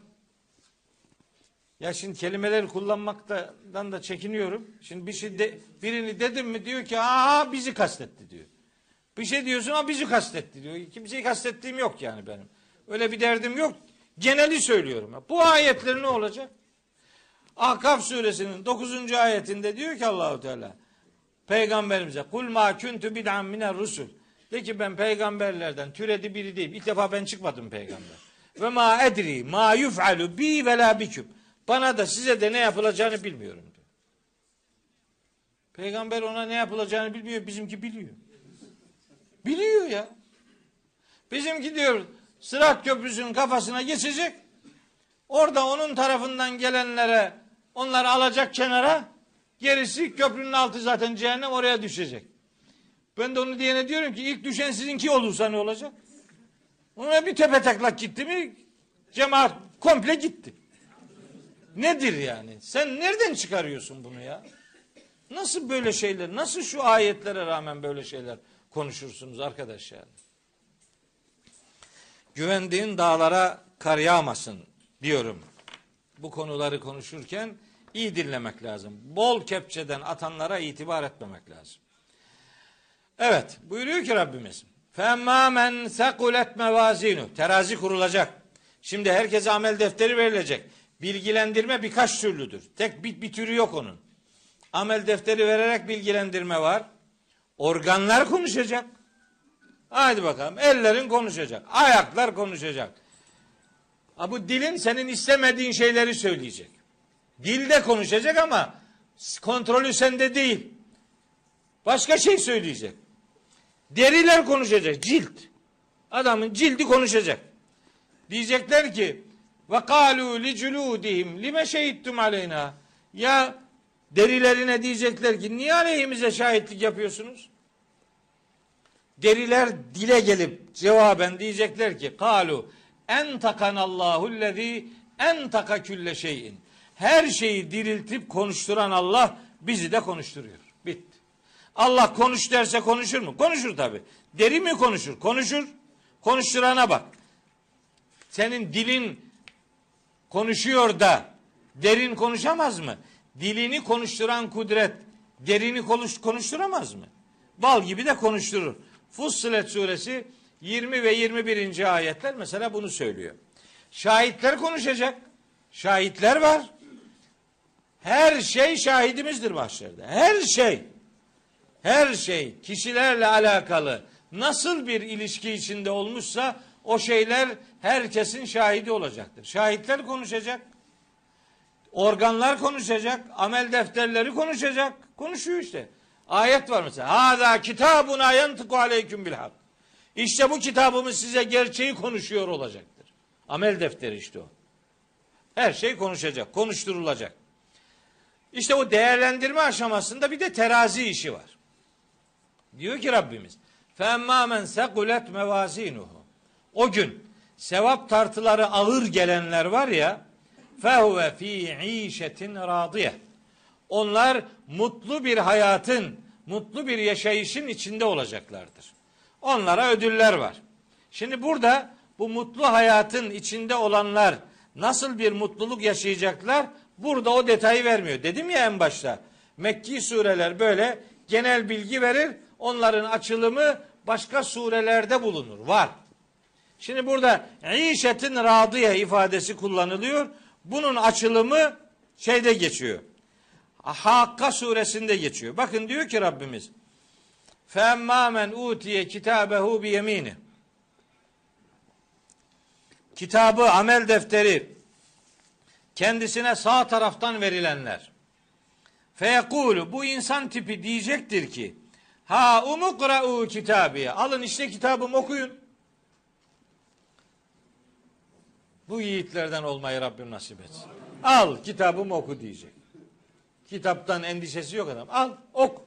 ya şimdi kelimeleri kullanmaktan da çekiniyorum. Şimdi birini dedim mi diyor ki bizi kastetti diyor. Bir şey diyorsun bizi kastetti diyor. Kimseyi kastettiğim yok yani benim. Öyle bir derdim yok. Geneli söylüyorum. Bu ayetler ne olacak? Ahkaf suresinin 9. ayetinde diyor ki Allahu Teala peygamberimize kul ma kuntu bid'an miner rusul. De ki ben peygamberlerden türedi biri değilim. İlk defa ben çıkmadım peygamber. Ve ma edri ma yuf'alu bi ve la biküm. Bana da size de ne yapılacağını bilmiyorum diyor. Peygamber ona ne yapılacağını bilmiyor, bizimki biliyor. Biliyor ya. Bizimki diyor Sırat Köprüsü'nün kafasına geçecek. Orada onun tarafından gelenlere onları alacak kenara. Gerisi köprünün altı zaten cehennem, oraya düşecek. Ben de onu diyene diyorum ki ilk düşen sizinki olursa ne olacak? Ona bir tepetaklak gitti mi cemaat komple gitti. Nedir yani? Sen nereden çıkarıyorsun bunu ya? Nasıl böyle şeyler, nasıl şu ayetlere rağmen böyle şeyler konuşursunuz arkadaş yani? güvendiğin dağlara kar yağmasın diyorum. Bu konuları konuşurken iyi dinlemek lazım. Bol kepçeden atanlara itibar etmemek lazım. Evet, buyuruyor ki Rabbimiz. فَاَمَّا مَنْ ثَقُلَتْ مَوَازِينُ. Terazi kurulacak. Şimdi herkese amel defteri verilecek. Bilgilendirme birkaç türlüdür. Tek bir türü yok onun. Amel defteri vererek bilgilendirme var. Organlar konuşacak. Haydi bakalım. Ellerin konuşacak. Ayaklar konuşacak. Bu dilin senin istemediğin şeyleri söyleyecek. Dilde konuşacak ama kontrolü sende değil. Başka şey söyleyecek. Deriler konuşacak. Cilt. Adamın cildi konuşacak. Diyecekler ki ve kalu li culudihim lime şehittum aleyna. Ya derilerine diyecekler ki niye aleyhimize şahitlik yapıyorsunuz? Deriler dile gelip cevaben diyecekler ki kalu entakanallahu lezî entaka külle şeyin. Her şeyi diriltip konuşturan Allah bizi de konuşturuyor. Bitti. Allah konuş derse konuşur mu? Konuşur tabii. Deri mi konuşur? Konuşur. Konuşturana bak. Senin dilin konuşuyor da derin konuşamaz mı? Dilini konuşturan kudret derini konuşturamaz mı? Bal gibi de konuşturur. Fussilet suresi 20 ve 21. ayetler mesela bunu söylüyor. Şahitler konuşacak. Şahitler var. Her şey şahidimizdir mahşerde. Her şey. Her şey kişilerle alakalı nasıl bir ilişki içinde olmuşsa o şeyler herkesin şahidi olacaktır. Şahitler konuşacak. Organlar konuşacak. Amel defterleri konuşacak. Konuşuyor işte. Ayet var mesela. Hâzâ kitâbunâ yantıku aleyküm bilhak. İşte bu kitabımız size gerçeği konuşuyor olacaktır. Amel defteri işte o. Her şey konuşacak. Konuşturulacak. İşte o değerlendirme aşamasında bir de terazi işi var. Diyor ki Rabbimiz فَاَمَّا مَنْ سَقُلَتْ مَوَازِينُهُ. O gün sevap tartıları ağır gelenler var ya فَهُوَ ف۪ي عِيشَةٍ رَاضِيَةٍ. Onlar mutlu bir hayatın, mutlu bir yaşayışın içinde olacaklardır. Onlara ödüller var. Şimdi burada bu mutlu hayatın içinde olanlar nasıl bir mutluluk yaşayacaklar? Burada o detayı vermiyor. Dedim ya en başta. Mekki sureler böyle genel bilgi verir. Onların açılımı başka surelerde bulunur. Var. Şimdi burada İşetin radiye ifadesi kullanılıyor. Bunun açılımı şeyde geçiyor. Hakka suresinde geçiyor. Bakın diyor ki Rabbimiz فَاَمَّا مَنْ اُوْتِيَ كِتَابَهُ بِيَم۪ينِ. Kitabı, amel defteri kendisine sağ taraftan verilenler. Feyekulu, bu insan tipi diyecektir ki ha umukra'u kitabiye. Alın işte kitabımı okuyun. Bu yiğitlerden olmayı Rabbim nasip etsin. Al kitabımı oku diyecek. Kitaptan endişesi yok adam. Al oku.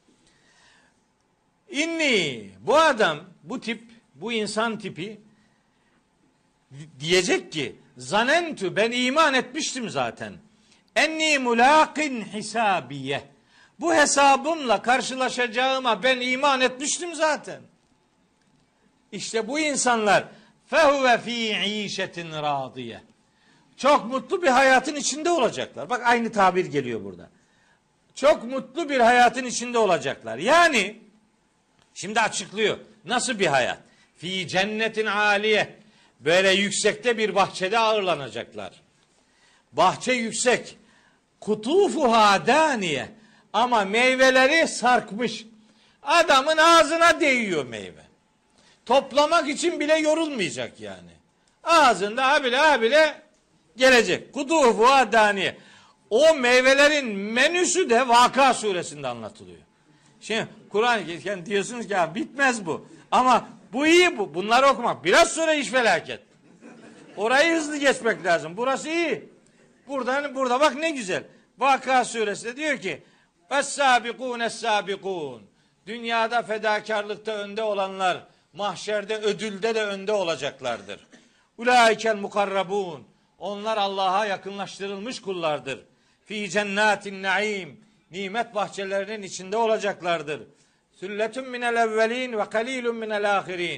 İnni, bu adam, bu tip, bu insan tipi diyecek ki zanentü, ben iman etmiştim zaten. Enni mulaqin hisabiye. Bu hesabımla karşılaşacağıma ben iman etmiştim zaten. İşte bu insanlar fehuve fi işetin radiye. Çok mutlu bir hayatın içinde olacaklar. Bak aynı tabir geliyor burada. Çok mutlu bir hayatın içinde olacaklar. Yani şimdi açıklıyor. Nasıl bir hayat? Fi cennetin aliye. Böyle yüksekte bir bahçede ağırlanacaklar. Bahçe yüksek. Kutufuha daniye. Ama meyveleri sarkmış. Adamın ağzına değiyor meyve. Toplamak için bile yorulmayacak yani. Ağzında habire gelecek. Kutufuha daniye. O meyvelerin menüsü de Vaka suresinde anlatılıyor. Şimdi Kur'an-ı diyorsunuz ki ya bitmez bu. Ama bu iyi bu. Bunları okumak. Biraz sonra iş felaket. Orayı hızlı geçmek lazım. Burası iyi. Burada bak ne güzel. Vaka suresinde diyor ki Es-sabikûn es-sabikûn. Dünyada fedakarlıkta önde olanlar mahşerde ödülde de önde olacaklardır. Ulaikel mukarrabun. Onlar Allah'a yakınlaştırılmış kullardır. Fi cennatin naim. Nimet bahçelerinin içinde olacaklardır. Sülletun minel evvelin ve kalilun minel ahirin.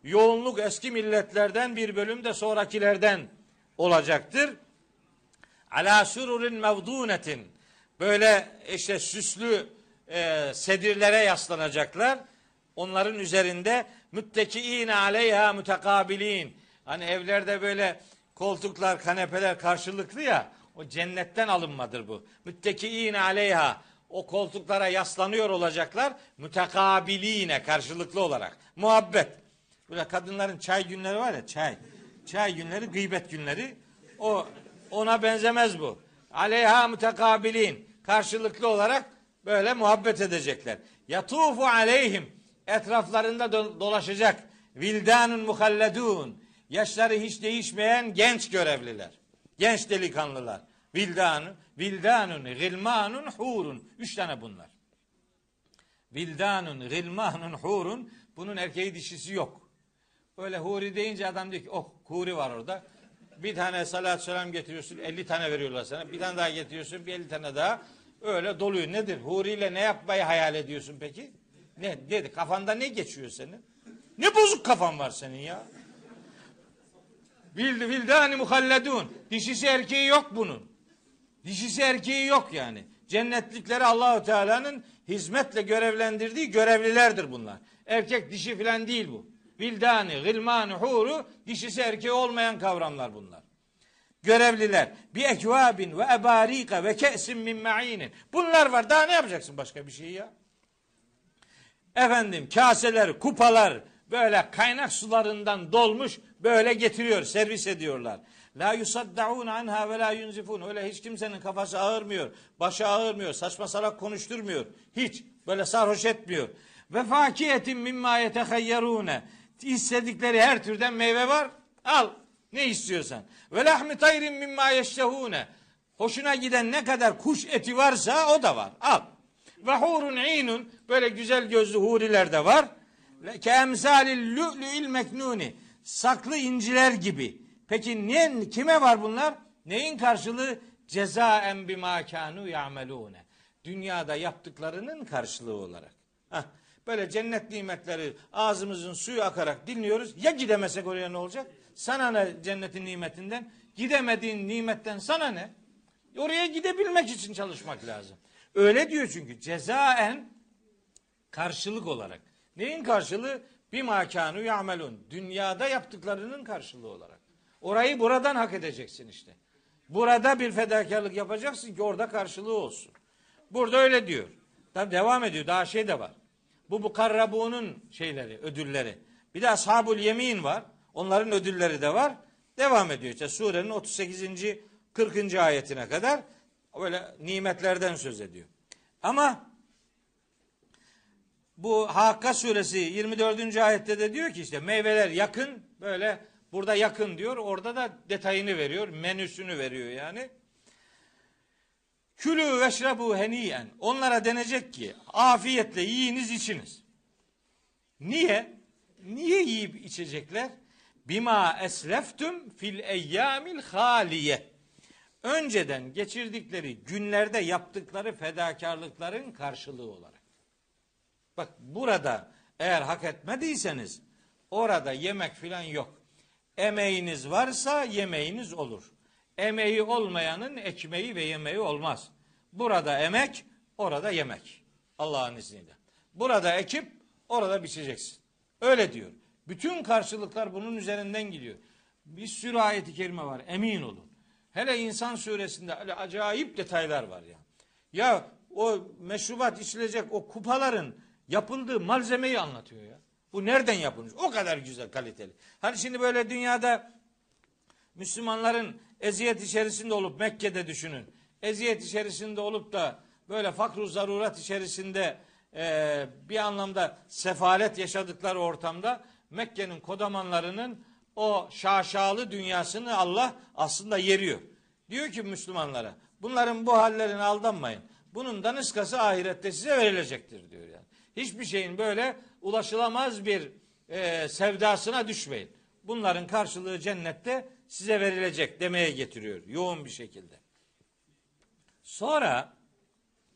Yoğunluk eski milletlerden, bir bölüm de sonrakilerden olacaktır. Ala sururin mevdunetin. Böyle işte süslü sedirlere yaslanacaklar. Onların üzerinde müttekiine aleyha mütekabilin. Hani evlerde böyle koltuklar, kanepeler karşılıklı ya. O cennetten alınmadır bu. Müttekiine aleyha. O koltuklara yaslanıyor olacaklar. Mütekabiline, karşılıklı olarak. Muhabbet. Böyle kadınların çay günleri var ya, çay. Çay günleri, gıybet günleri. Ona benzemez bu. Aleyha mütekabilin. Karşılıklı olarak böyle muhabbet edecekler. Yatufu aleyhim. Etraflarında dolaşacak. Vildanun muhalledun. Yaşları hiç değişmeyen genç görevliler. Genç delikanlılar. Vildanun, gılmanun, hurun. 3 tane bunlar. Vildanun, gılmanun, hurun. Bunun erkeği dişisi yok. Öyle huri deyince adam diyor ki oh huri var orada. Bir tane salat selam getiriyorsun 50 tane veriyorlar sana. Bir tane daha getiriyorsun bir 50 tane daha. Öyle doluyor. Nedir? Huriyle ne yapmayı hayal ediyorsun peki? Ne dedi? Kafanda ne geçiyor senin? Ne bozuk kafan var senin ya? Vildani muhalledun. Dişisi erkeği yok bunun. Dişisi erkeği yok yani. Cennetlikleri Allahu Teala'nın hizmetle görevlendirdiği görevlilerdir bunlar. Erkek dişi filan değil bu. Vildani, gılmani, huru, dişisi erkeği olmayan kavramlar bunlar. Görevliler. Bi ekvabin ve ebarika ve ke'sin min ma'inin. Bunlar var. Daha ne yapacaksın başka bir şey ya? Efendim kaseler, kupalar böyle kaynak sularından dolmuş böyle getiriyor, servis ediyorlar. La yusaddaun anha ve la yunzifun. Öyle hiç kimsenin kafası ağırmıyor, başı ağırmıyor, saçma salak konuşturmuyor. Hiç böyle sarhoş etmiyor. Ve fakiyetin mimma yetehayyerune. İstedikleri her türden meyve var. Al. Ne istiyorsan. Ve lahmi tayrin mimma yeştehune. Hoşuna giden ne kadar kuş eti varsa o da var. Al. Ve hurun inun. Böyle güzel gözlü huriler de var. Ke emsalil lü'lü'il meknuni. Saklı inciler gibi. Peki kime var bunlar? Neyin karşılığı? Cezaen bima kanu ya'melune. Dünyada yaptıklarının karşılığı olarak. Böyle cennet nimetleri ağzımızın suyu akarak dinliyoruz. Ya gidemesek oraya ne olacak? Sana ne cennetin nimetinden? Gidemediğin nimetten sana ne? Oraya gidebilmek için çalışmak lazım. Öyle diyor çünkü cezaen karşılık olarak. Neyin karşılığı? Bima kanu ya'melun. Dünyada yaptıklarının karşılığı olarak. Orayı buradan hak edeceksin işte. Burada bir fedakarlık yapacaksın ki orada karşılığı olsun. Burada öyle diyor. Tabi devam ediyor. Daha şey de var. Bu mukarrabunun şeyleri, ödülleri. Bir de ashabul yemin var. Onların ödülleri de var. Devam ediyor. İşte surenin 38. 40. ayetine kadar böyle nimetlerden söz ediyor. Ama bu Hakka suresi 24. ayette de diyor ki işte meyveler yakın, böyle burada yakın diyor. Orada da detayını veriyor. Menüsünü veriyor yani. Külü veşrebu heniyen. Onlara denecek ki afiyetle yiyiniz içiniz. Niye? Niye yiyip içecekler? Bima esleftum fil eyyamil haliye. Önceden geçirdikleri günlerde yaptıkları fedakarlıkların karşılığı olarak. Bak burada eğer hak etmediyseniz orada yemek filan yok. Emeğiniz varsa yemeğiniz olur. Emeği olmayanın ekmeği ve yemeği olmaz. Burada emek, orada yemek. Allah'ın izniyle. Burada ekip, orada biçeceksin. Öyle diyor. Bütün karşılıklar bunun üzerinden gidiyor. Bir sürü ayet-i kerime var. Emin olun. Hele İnsan suresinde öyle acayip detaylar var ya. Ya o meşrubat içilecek o kupaların yapıldığı malzemeyi anlatıyor ya. Bu nereden yapılmış? O kadar güzel, kaliteli. Hani şimdi böyle dünyada Müslümanların eziyet içerisinde olup Mekke'de düşünün. Eziyet içerisinde olup da böyle fakr-ı zarurat içerisinde bir anlamda sefalet yaşadıkları ortamda Mekke'nin kodamanlarının o şaşalı dünyasını Allah aslında yeriyor. Diyor ki Müslümanlara bunların bu hallerine aldanmayın. Bunun daniskası ahirette size verilecektir diyor yani. Hiçbir şeyin böyle ulaşılamaz bir sevdasına düşmeyin. Bunların karşılığı cennette size verilecek demeye getiriyor yoğun bir şekilde. Sonra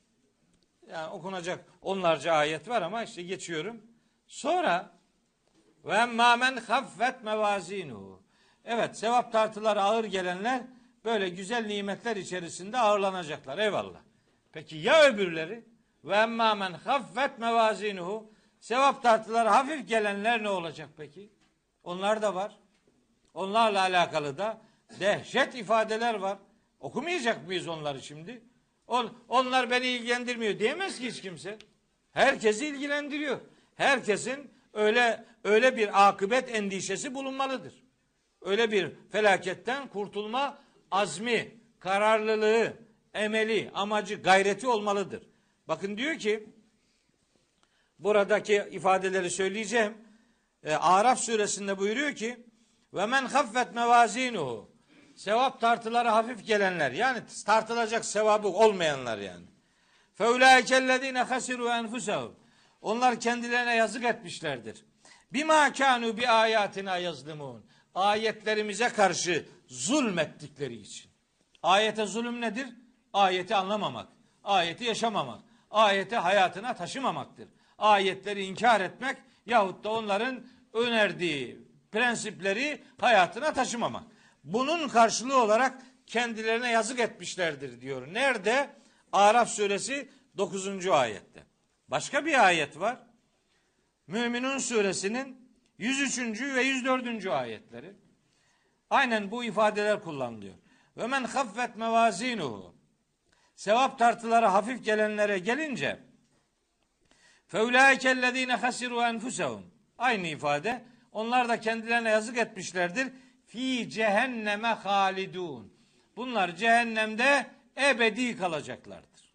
yani okunacak onlarca ayet var ama işte geçiyorum. Sonra Ve emmâ men haffet mevâzînuhu. Evet, sevap tartıları ağır gelenler böyle güzel nimetler içerisinde ağırlanacaklar. Eyvallah. Peki ya öbürleri? Ve emmâ men haffet mevâzînuhu. Sevap tartıları hafif gelenler ne olacak peki? Onlar da var. Onlarla alakalı da dehşet ifadeler var. Okumayacak mıyız onları şimdi? Onlar beni ilgilendirmiyor diyemez ki hiç kimse. Herkesi ilgilendiriyor. Herkesin öyle bir akıbet endişesi bulunmalıdır. Öyle bir felaketten kurtulma azmi, kararlılığı, emeli, amacı, gayreti olmalıdır. Bakın diyor ki, buradaki ifadeleri söyleyeceğim. Araf suresinde buyuruyor ki, ve men haffet mevazinuhu. Sevap tartıları hafif gelenler, yani tartılacak sevabı olmayanlar yani. Feulaikellezine hasiru enfusahum. Onlar kendilerine yazık etmişlerdir. Bima kanu bi ayatina yazlimun. Ayetlerimize karşı zulmettikleri için. Ayete zulüm nedir? Ayeti anlamamak, ayeti yaşamamak, ayeti hayatına taşımamaktır. Ayetleri inkar etmek yahut da onların önerdiği prensipleri hayatına taşımamak. Bunun karşılığı olarak kendilerine yazık etmişlerdir diyor. Nerede? Araf suresi 9. ayette. Başka bir ayet var. Müminun suresinin 103. ve 104. ayetleri. Aynen bu ifadeler kullanılıyor. Ve men haffet mevazinuhu. Sevap tartıları hafif gelenlere gelince feulaikellezine hasiru enfusahum. Aynı ifade. Onlar da kendilerine yazık etmişlerdir. Fi cehenneme halidun. Bunlar cehennemde ebedi kalacaklardır.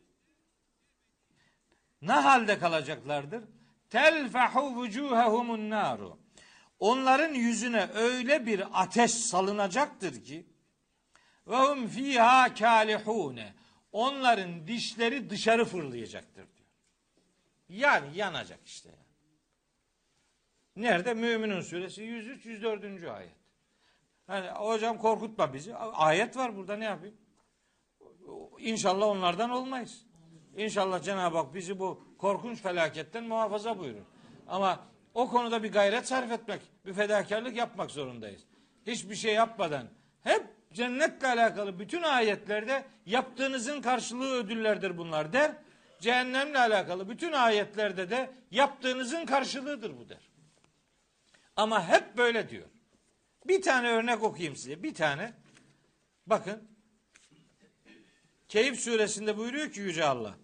Ne halde kalacaklardır? Telfahu vucuhehumun naru. Onların yüzüne öyle bir ateş salınacaktır ki ve hum fiha kalihune. Onların dişleri dışarı fırlayacaktır diyor. Yani yanacak işte. Nerede? Müminun suresi 103 104. ayet. Hani hocam korkutma bizi. Ayet var burada, ne yapayım? İnşallah onlardan olmayız. İnşallah Cenab-ı Hak bizi bu korkunç felaketten muhafaza buyurur. Ama o konuda bir gayret sarf etmek, bir fedakarlık yapmak zorundayız. Hiçbir şey yapmadan hep cennetle alakalı bütün ayetlerde yaptığınızın karşılığı ödüllerdir bunlar der. Cehennemle alakalı bütün ayetlerde de yaptığınızın karşılığıdır bu der. Ama hep böyle diyor. Bir tane örnek okuyayım size. Bir tane. Bakın. Keyif suresinde buyuruyor ki Yüce Allah.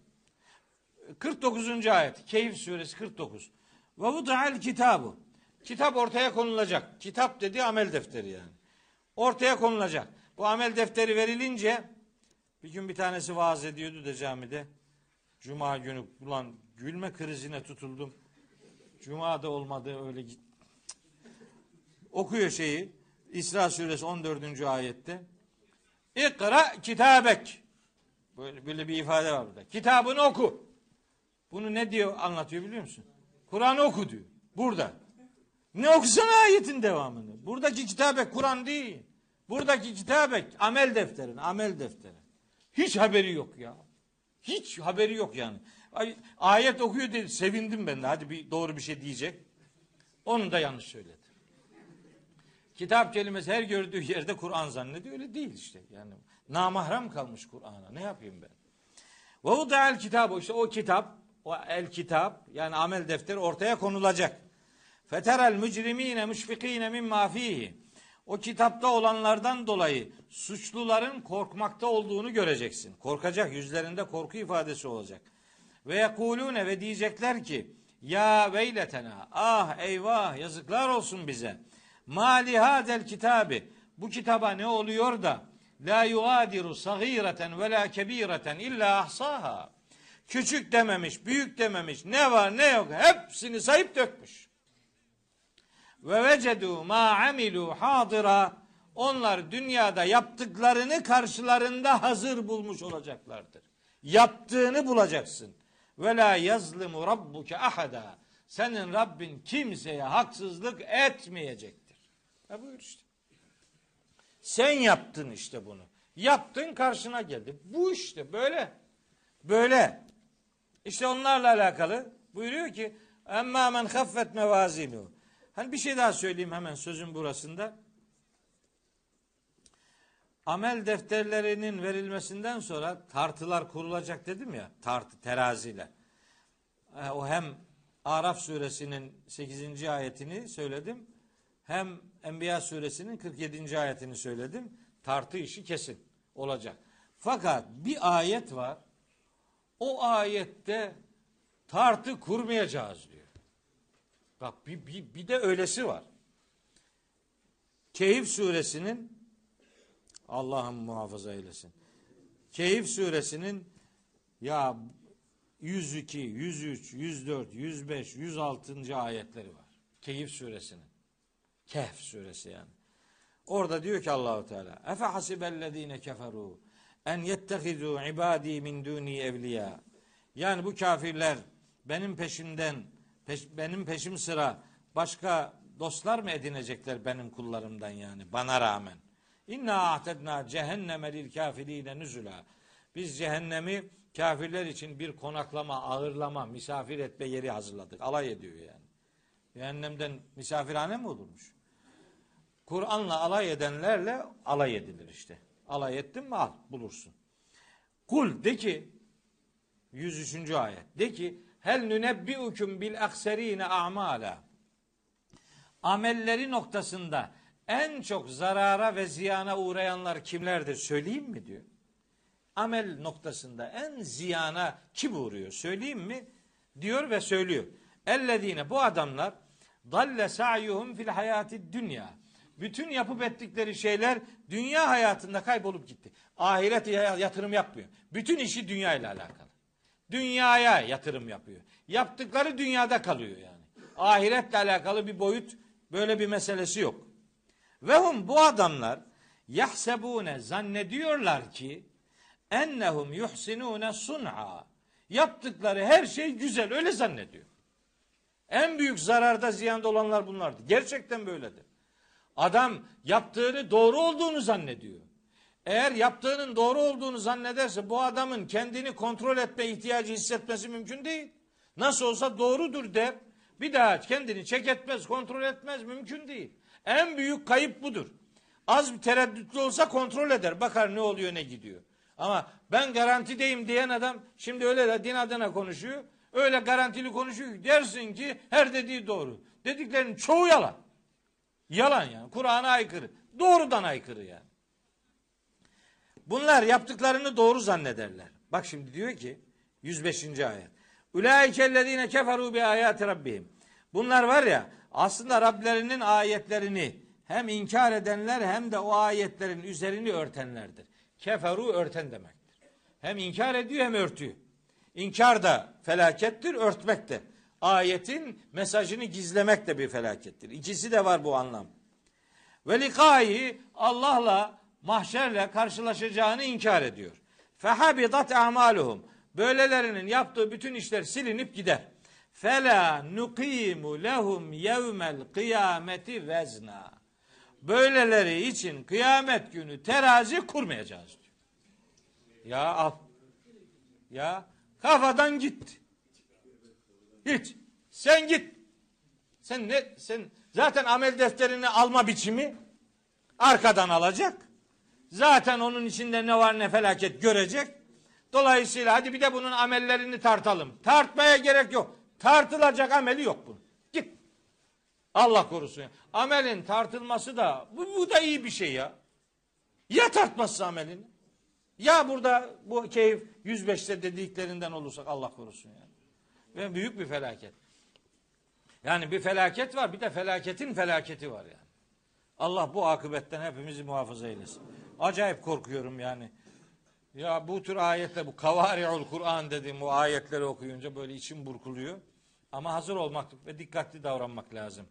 49. ayet. Keyif suresi 49. Ve vuda'al kitabı. Kitap ortaya konulacak. Kitap dedi amel defteri yani. Ortaya konulacak. Bu amel defteri verilince bir gün bir tanesi vaaz ediyordu da camide. Cuma günü ulan gülme krizine tutuldum. Cuma da olmadı öyle git. Okuyor şeyi. İsra suresi 14. ayette. İkra kitabek. Böyle bir ifade var burada. Kitabını oku. Bunu ne diyor anlatıyor biliyor musun? Kur'an'ı oku diyor. Burada. Ne okusana ayetin devamını. Buradaki kitabek Kur'an değil. Buradaki kitabek amel defterin. Amel defteri. Hiç haberi yok ya. Hiç haberi yok yani. Ayet okuyor dedi. Sevindim ben de. Hadi doğru bir şey diyecek. Onu da yanlış söyledi. Kitap kelimesi her gördüğü yerde Kur'an zannediyor. Öyle değil işte. Yani namahram kalmış Kur'an'a. Ne yapayım ben? Ve vuda'al kitabı. İşte o kitap, o el kitap yani amel defteri ortaya konulacak. Feterel mücrimine müşfikine mimma fihi. O kitapta olanlardan dolayı suçluların korkmakta olduğunu göreceksin. Korkacak, yüzlerinde korku ifadesi olacak. Ve yekulune ve diyecekler ki ya veyletena, ah eyvah yazıklar olsun bize. Mali hadel kitabi, bu kitaba ne oluyor da la yugadiru sagireten ve la kebireten illa ahsaha. Küçük dememiş, büyük dememiş, ne var ne yok hepsini sayıp dökmüş. Ve vecedu ma amilu hadira. Onlar dünyada yaptıklarını karşılarında hazır bulmuş olacaklardır. Yaptığını bulacaksın. Ve la yazlimu rabbuke ahada. Senin Rabbin kimseye haksızlık etmeyecektir. Ha buyur işte. Sen yaptın işte bunu. Yaptın karşına geldi. Bu işte böyle. Böyle. İşte onlarla alakalı buyuruyor ki emmâ men haffet mevâzînû. Hani bir şey daha söyleyeyim hemen sözün burasında. Amel defterlerinin verilmesinden sonra tartılar kurulacak dedim ya, tartı teraziyle. O hem Araf suresinin 8. ayetini söyledim, hem Enbiya suresinin 47. ayetini söyledim. Tartı işi kesin olacak. Fakat bir ayet var. O ayette tartı kurmayacağız diyor. Bak bir de öylesi var. Kehf suresinin, Allah'ım muhafaza eylesin, Kehf suresinin ya 102, 103, 104, 105, 106. ayetleri var. Kehf suresinin. Kehf suresi yani. Orada diyor ki Allahu Teala: "Efe hasibellezine keferu en yettehizu ibadi min duni evliya." Yani bu kafirler benim peşim sıra başka dostlar mı edinecekler benim kullarımdan, yani bana rağmen? İnna a'tedna cehenneme lil kafirine nuzula. Biz cehennemi kafirler için bir konaklama, ağırlama, misafir etme yeri hazırladık. Alay ediyor yani. Cehennemden misafirhane mi olurmuş? Kur'an'la alay edenlerle alay edilir işte. Alay ettin mi al, bulursun. Kul de ki, 103. ayet. De ki, hel nünebbiukum bil akserine a'mala. Amelleri noktasında en çok zarara ve ziyana uğrayanlar kimlerdir söyleyeyim mi diyor. Amel noktasında en ziyana kim uğruyor söyleyeyim mi diyor ve söylüyor. Ellezine, bu adamlar, dalle sa'yuhum fil hayati dünya. Bütün yapıp ettikleri şeyler dünya hayatında kaybolup gitti. Ahirete yatırım yapmıyor. Bütün işi dünya ile alakalı. Dünyaya yatırım yapıyor. Yaptıkları dünyada kalıyor yani. Ahiretle alakalı bir boyut, böyle bir meselesi yok. Ve hum, bu adamlar, yahsebune, zannediyorlar ki, ennehum yuhsinune sun'a. Yaptıkları her şey güzel, öyle zannediyor. En büyük zararda, ziyanda olanlar bunlardır. Gerçekten böyledir. Adam yaptığını doğru olduğunu zannediyor. Eğer yaptığının doğru olduğunu zannederse bu adamın kendini kontrol etme ihtiyacı hissetmesi mümkün değil. Nasıl olsa doğrudur der. Bir daha kendini çek etmez, kontrol etmez, mümkün değil. En büyük kayıp budur. Az bir tereddütlü olsa kontrol eder. Bakar ne oluyor, ne gidiyor. Ama ben garantideyim diyen adam şimdi öyle de din adına konuşuyor. Öyle garantili konuşuyor. Dersin ki her dediği doğru. Dediklerinin çoğu yalan. Yalan yani. Kur'an'a aykırı. Doğrudan aykırı yani. Bunlar yaptıklarını doğru zannederler. Bak şimdi diyor ki 105. ayet. Ulaikellezine keferu bi ayati rabbihim. Bunlar var ya, aslında Rablerinin ayetlerini hem inkar edenler hem de o ayetlerin üzerini örtenlerdir. Keferu, örten demektir. Hem inkar ediyor hem örtüyor. İnkar da felakettir, örtmek de. Ayetin mesajını gizlemek de bir felakettir. İkisi de var bu anlam. Ve likai, Allah'la, mahşerle karşılaşacağını inkar ediyor. Fehabidat a'maluhum. Böylelerinin yaptığı bütün işler silinip gider. Fela nuqimu lehum yevmel kıyameti vezna. Böyleleri için kıyamet günü terazi kurmayacağız diyor. Ya al. Ya kafadan git. Hiç. Sen git. Sen zaten amel defterini alma biçimi arkadan alacak. Zaten onun içinde ne var ne felaket görecek. Dolayısıyla hadi bir de bunun amellerini tartalım. Tartmaya gerek yok. Tartılacak ameli yok bunun. Git. Allah korusun. Amelin tartılması da bu da iyi bir şey ya. Ya tartmazsa amelini? Ya burada bu keyif 105'te dediklerinden olursak Allah korusun yani. Ve büyük bir felaket. Yani bir felaket var, bir de felaketin felaketi var yani. Allah bu akıbetten hepimizi muhafaza eylesin. Acayip korkuyorum yani. Ya bu tür ayetler, bu kavari'ul Kur'an dediğim bu ayetleri okuyunca böyle içim burkuluyor. Ama hazır olmak ve dikkatli davranmak lazım.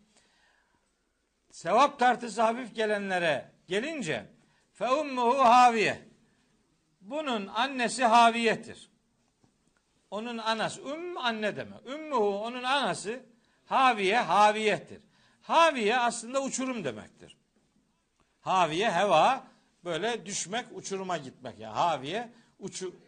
Sevap tartısı hafif gelenlere gelince fe ummuhu haviye. Bunun annesi haviyetir. Onun anası, anne demek. Ummuhu, onun anası, haviye, haviyettir. Haviye aslında uçurum demektir. Haviye, heva, böyle düşmek, uçuruma gitmek. Yani haviye,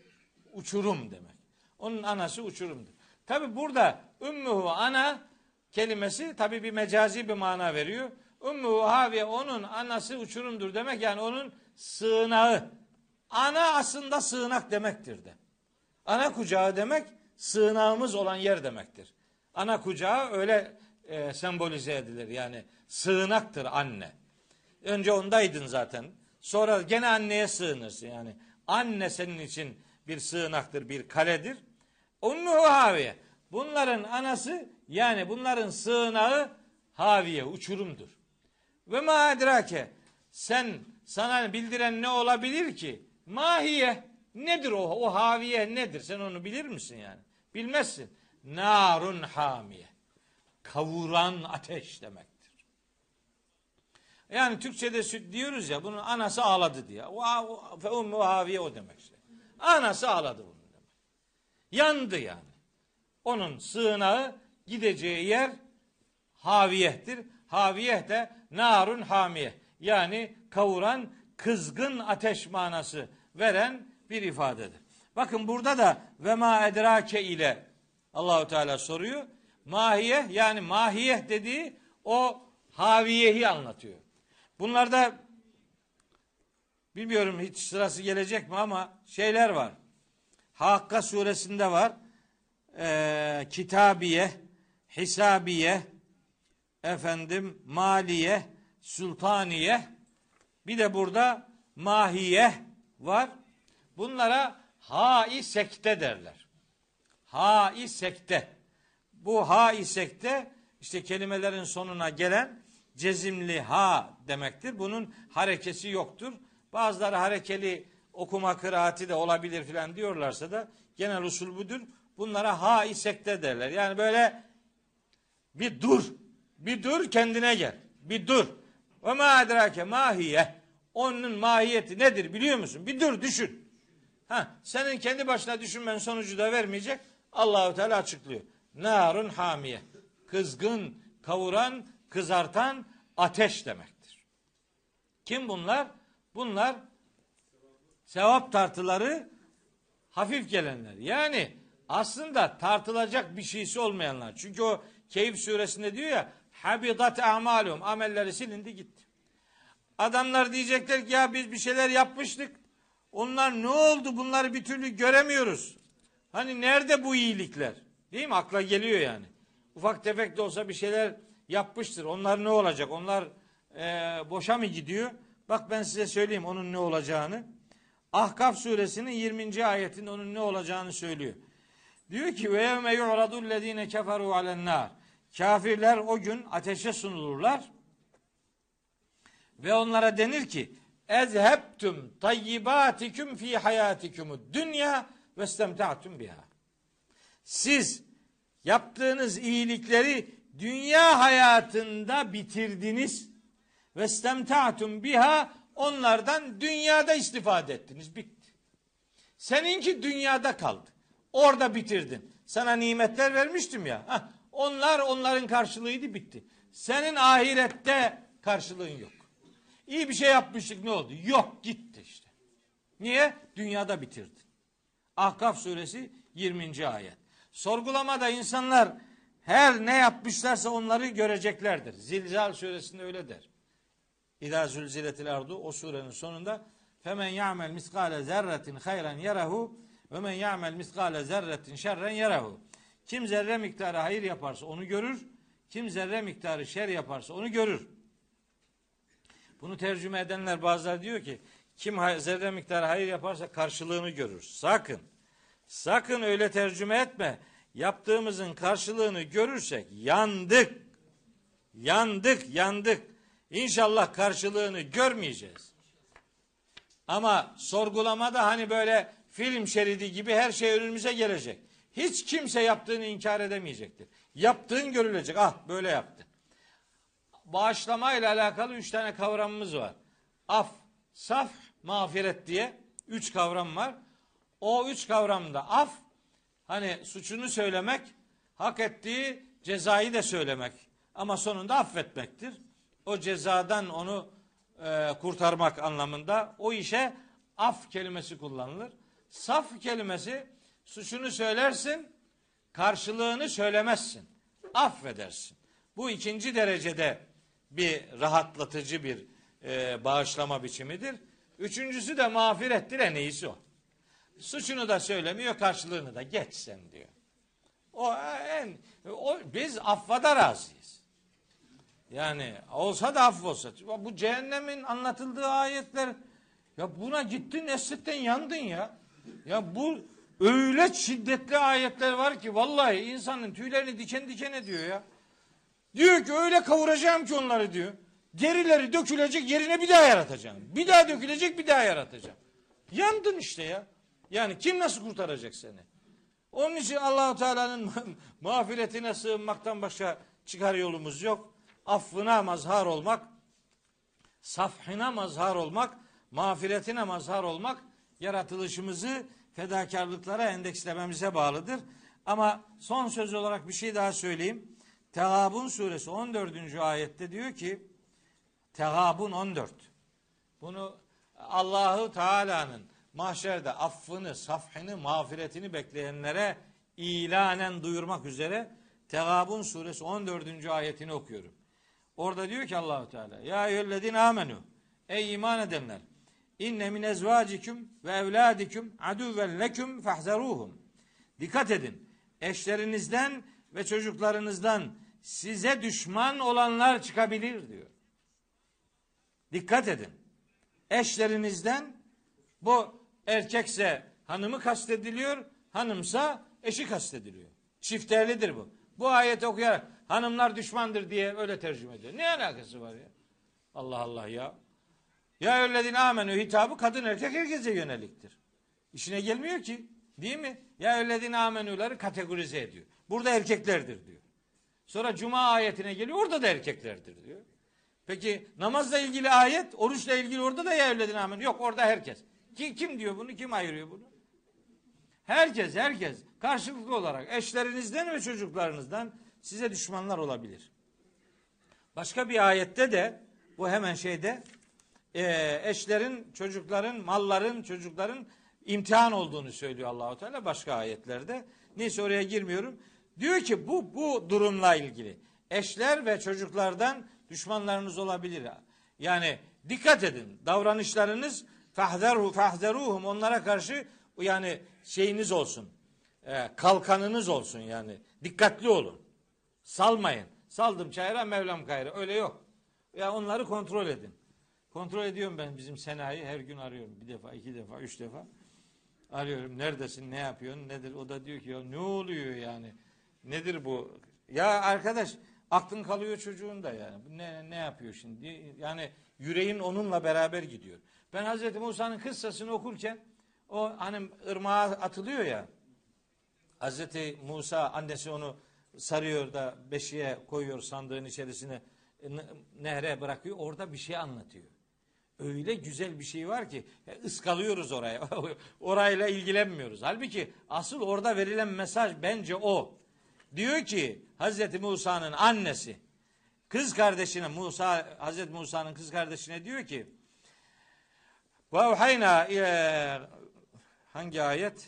uçurum demek. Onun anası uçurumdur. Tabi burada ummuhu, ana, kelimesi tabi bir mecazi bir mana veriyor. Ümmü Haviye onun anası uçurumdur demek, yani onun sığınağı. Ana aslında sığınak demektir de. Ana kucağı demek sığınağımız olan yer demektir. Ana kucağı öyle sembolize edilir. Yani sığınaktır anne. Önce ondaydın zaten. Sonra gene anneye sığınırsın. Yani anne senin için bir sığınaktır, bir kaledir. Ümmü Haviye. Bunların anası, yani bunların sığınağı Haviye, uçurumdur. Ve ma edrake, sana bildiren ne olabilir ki? Mahiye nedir o? O Haviye nedir? Sen onu bilir misin yani? Bilmezsin. Narun hamiye. Kavuran ateş demektir. Yani Türkçe'de diyoruz ya, bunun anası ağladı diye. Fe ummu Haviye o demek işte. Anası ağladı bunun demek. Yandı yani. Onun sığınağı, gideceği yer Haviyeh'tir. Haviyeh de narun hamiye. Yani kavuran, kızgın ateş manası veren bir ifadedir. Bakın burada da ve ma edrake ile Allahu Teala soruyor. Mahiye, yani mahiyeh dediği o Haviyehi anlatıyor. Bunlarda bilmiyorum hiç sırası gelecek mi ama şeyler var. Hakka suresinde var. Kitabiye, hisabiye, maliye, sultaniye, bir de burada mahiye var. Bunlara ha-i sekte derler. Ha-i sekte. Bu ha-i sekte işte kelimelerin sonuna gelen cezimli ha demektir. Bunun harekesi yoktur. Bazıları harekeli okuma kıraati de olabilir filan diyorlarsa da genel usul budur. Bunlara ha-i sekte derler. Yani böyle bir dur. Bir dur, kendine gel. Bir dur. Ve ma edrake mahiye. Onun mahiyeti nedir biliyor musun? Bir dur, düşün. Senin kendi başına düşünmen sonucu da vermeyecek. Allahu Teala açıklıyor. Narun hamiye. Kızgın, kavuran, kızartan ateş demektir. Kim bunlar? Bunlar sevap tartıları hafif gelenler. Yani aslında tartılacak bir şeysi olmayanlar. Çünkü o Keyif suresinde diyor ya, habidat a'malum, amelleri silindi gitti. Adamlar diyecekler ki ya biz bir şeyler yapmıştık. Onlar ne oldu? Bunları bir türlü göremiyoruz. Hani nerede bu iyilikler? Değil mi? Akla geliyor yani. Ufak tefek de olsa bir şeyler yapmıştır. Onlar ne olacak? Onlar boşa mı gidiyor? Bak ben size söyleyeyim onun ne olacağını. Ahkaf suresinin 20. ayetinde onun ne olacağını söylüyor. Diyor ki ve yevme yu'radul lezine keferu alennar. Kafirler o gün ateşe sunulurlar. Ve onlara denir ki ezhebtum tayyibatikum fi hayatikumud dünya ve istemta'tum biha. Siz yaptığınız iyilikleri dünya hayatında bitirdiniz ve istemta'tum biha, onlardan dünyada istifade ettiniz. Bitti. Seninki dünyada kaldı. Orada bitirdin. Sana nimetler vermiştim ya. Onların karşılığıydı, bitti. Senin ahirette karşılığın yok. İyi bir şey yapmıştık, ne oldu? Yok, gitti işte. Niye? Dünyada bitirdin. Ahkaf suresi 20. ayet. Sorgulamada insanlar her ne yapmışlarsa onları göreceklerdir. Zilzal suresinde öyle der. İzâ zülziletil ardu, o surenin sonunda femen ya'mel miskale zerretin hayran yarahu ve men ya'mel miskale zerretin şerren yarahu. Kim zerre miktarı hayır yaparsa onu görür. Kim zerre miktarı şer yaparsa onu görür. Bunu tercüme edenler bazıları diyor ki kim zerre miktarı hayır yaparsa karşılığını görür. Sakın öyle tercüme etme. Yaptığımızın karşılığını görürsek yandık. İnşallah karşılığını görmeyeceğiz. Ama sorgulamada hani böyle film şeridi gibi her şey önümüze gelecek. Hiç kimse yaptığını inkar edemeyecektir. Yaptığın görülecek. Böyle yaptın. Bağışlama ile alakalı 3 tane kavramımız var. Af, saf, mağfiret diye 3 kavram var. O 3 kavramda af, hani suçunu söylemek, hak ettiği cezayı da söylemek ama sonunda affetmektir. O cezadan onu kurtarmak anlamında o işe af kelimesi kullanılır. Saf kelimesi, suçunu söylersin, karşılığını söylemezsin. Affedersin. Bu ikinci derecede bir rahatlatıcı bir bağışlama biçimidir. Üçüncüsü de mağfirettir, en iyisi o. Suçunu da söylemiyor, karşılığını da geç sen diyor. Biz affa da razıyız. Yani olsa da affolsa. Bu cehennemin anlatıldığı ayetler, ya buna gittin esritten yandın ya. Ya bu öyle şiddetli ayetler var ki vallahi insanın tüylerini diken diken ediyor ya. Diyor ki öyle kavuracağım ki onları diyor. Derileri dökülecek, yerine bir daha yaratacağım. Bir daha dökülecek, bir daha yaratacağım. Yandın işte ya. Yani kim nasıl kurtaracak seni? Onun için Allah-u Teala'nın mağfiretine sığınmaktan başka çıkar yolumuz yok. Affına mazhar olmak, safhına mazhar olmak, mağfiretine mazhar olmak yaratılışımızı fedakarlıklara endekslememize bağlıdır. Ama son söz olarak bir şey daha söyleyeyim. Tegabun suresi 14. ayette diyor ki, Tegabun 14. Bunu Allahu Teala'nın mahşerde affını, safhını, mağfiretini bekleyenlere ilanen duyurmak üzere Tegabun suresi 14. ayetini okuyorum. Orada diyor ki Allahu Teala, ya eyyühellezine amenu, ey iman edenler, inne min ezvaciküm ve evladiküm aduven leküm fahzeruhum. Dikkat edin, eşlerinizden ve çocuklarınızdan size düşman olanlar çıkabilir diyor. Dikkat edin. Eşlerinizden, bu erkekse hanımı kastediliyor, hanımsa eşi kastediliyor. Çifterlidir bu. Bu ayeti okuyarak hanımlar düşmandır diye öyle tercüme ediyor. Ne alakası var ya? Allah Allah ya. Ya öllezine amenü hitabı kadın erkek herkese yöneliktir. İşine gelmiyor ki. Değil mi? Ya öllezine amenüleri kategorize ediyor. Burada erkeklerdir diyor. Sonra Cuma ayetine geliyor, orada da erkeklerdir diyor. Peki namazla ilgili ayet, oruçla ilgili orada da ya öllezine amenü. Yok, orada herkes. Kim diyor bunu? Kim ayırıyor bunu? Herkes karşılıklı olarak eşlerinizden ve çocuklarınızdan size düşmanlar olabilir. Başka bir ayette de bu hemen şeyde eşlerin, çocukların, malların, çocukların imtihan olduğunu söylüyor Allahu Teala başka ayetlerde. Neyse oraya girmiyorum. Diyor ki bu durumla ilgili eşler ve çocuklardan düşmanlarınız olabilir. Yani dikkat edin. Davranışlarınız fahzeruhum, onlara karşı yani şeyiniz olsun. Kalkanınız olsun yani. Dikkatli olun. Salmayın. Saldım çayıra Mevlam kayra. Öyle yok. Ya onları kontrol edin. Kontrol ediyorum ben bizim Sena'yı. Her gün arıyorum. Bir defa, iki defa, üç defa. Arıyorum. Neredesin? Ne yapıyorsun? Nedir? O da diyor ki ya ne oluyor yani? Nedir bu? Ya arkadaş aklın kalıyor çocuğun da yani. Ne yapıyor şimdi? Yani yüreğin onunla beraber gidiyor. Ben Hazreti Musa'nın kıssasını okurken o hani ırmağa atılıyor ya. Hazreti Musa annesi onu sarıyor da beşiğe koyuyor, sandığın içerisine nehre bırakıyor. Orada bir şey anlatıyor. Öyle güzel bir şey var ki ıskalıyoruz oraya. Orayla ilgilenmiyoruz. Halbuki asıl orada verilen mesaj bence o. Diyor ki Hazreti Musa'nın annesi kız kardeşine, Hazreti Musa'nın kız kardeşine diyor ki ve uhayna hangi ayet?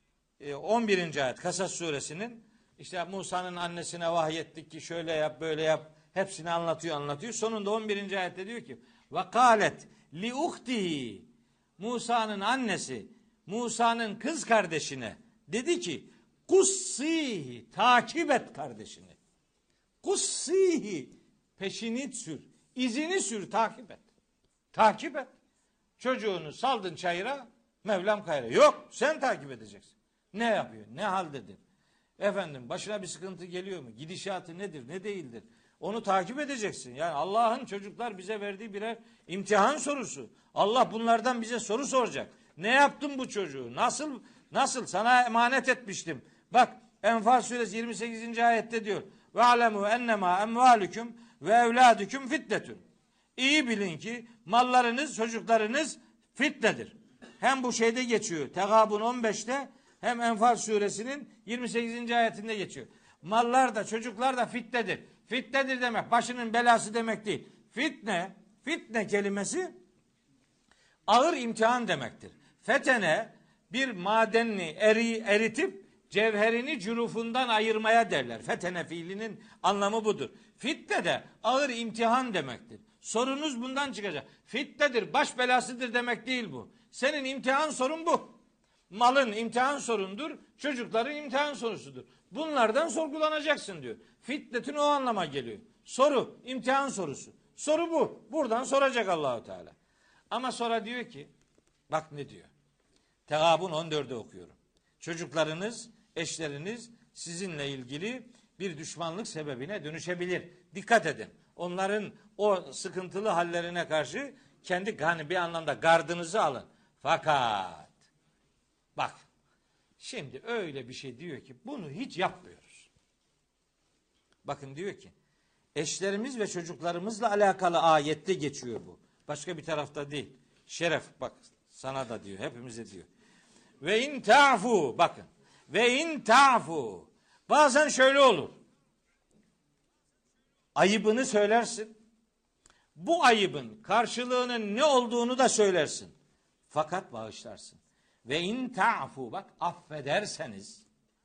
11. ayet Kasas suresinin, işte Musa'nın annesine vahyettik ki şöyle yap böyle yap, hepsini anlatıyor. Sonunda 11. ayette diyor ki ve kâlet li uhtihi, Musa'nın annesi Musa'nın kız kardeşine dedi ki kussihi, takip et kardeşini. Kussihi, peşini sür, izini sür, takip et. Takip et. Çocuğunu saldın çayıra, Mevlam kayra. Yok, sen takip edeceksin. Ne yapıyor? Ne haldedir? Efendim başına bir sıkıntı geliyor mu? Gidişatı nedir? Ne değildir? Onu takip edeceksin. Yani Allah'ın çocuklar bize verdiği birer imtihan sorusu. Allah bunlardan bize soru soracak. Ne yaptın bu çocuğu? Nasıl sana emanet etmiştim? Bak Enfal suresi 28. ayette diyor. Ve alemu ennema emvalüküm ve evladüküm fitnetün. İyi bilin ki mallarınız, çocuklarınız fitnedir. Hem bu şeyde geçiyor. Tegabun 15'te hem Enfal suresinin 28. ayetinde geçiyor. Mallar da çocuklar da fitnedir. Fitnedir demek başının belası demek değil. Fitne kelimesi ağır imtihan demektir. Fetene bir madenini eritip cevherini cürufundan ayırmaya derler. Fetene fiilinin anlamı budur. Fitne de ağır imtihan demektir. Sorunuz bundan çıkacak. Fitnedir, baş belasıdır demek değil bu. Senin imtihan sorun bu. Malın imtihan sorundur, çocukların imtihan sorusudur. Bunlardan sorgulanacaksın diyor. Fitnetin o anlama geliyor. Soru, imtihan sorusu. Soru bu. Buradan soracak Allahu Teala. Ama sonra diyor ki, bak ne diyor. Tegabun 14'ü okuyorum. Çocuklarınız, eşleriniz sizinle ilgili bir düşmanlık sebebine dönüşebilir. Dikkat edin. Onların o sıkıntılı hallerine karşı kendi bir anlamda gardınızı alın. Fakat bak şimdi öyle bir şey diyor ki bunu hiç yapmıyoruz. Bakın diyor ki eşlerimiz ve çocuklarımızla alakalı ayette geçiyor bu. Başka bir tarafta değil. Şeref bak sana da diyor, hepimize diyor. Ve in ta'fu, bakın. Ve in ta'fu. Bazen şöyle olur. Ayıbını söylersin. Bu ayıbın karşılığının ne olduğunu da söylersin. Fakat bağışlarsın. Ve in ta'fu, bak affederseniz.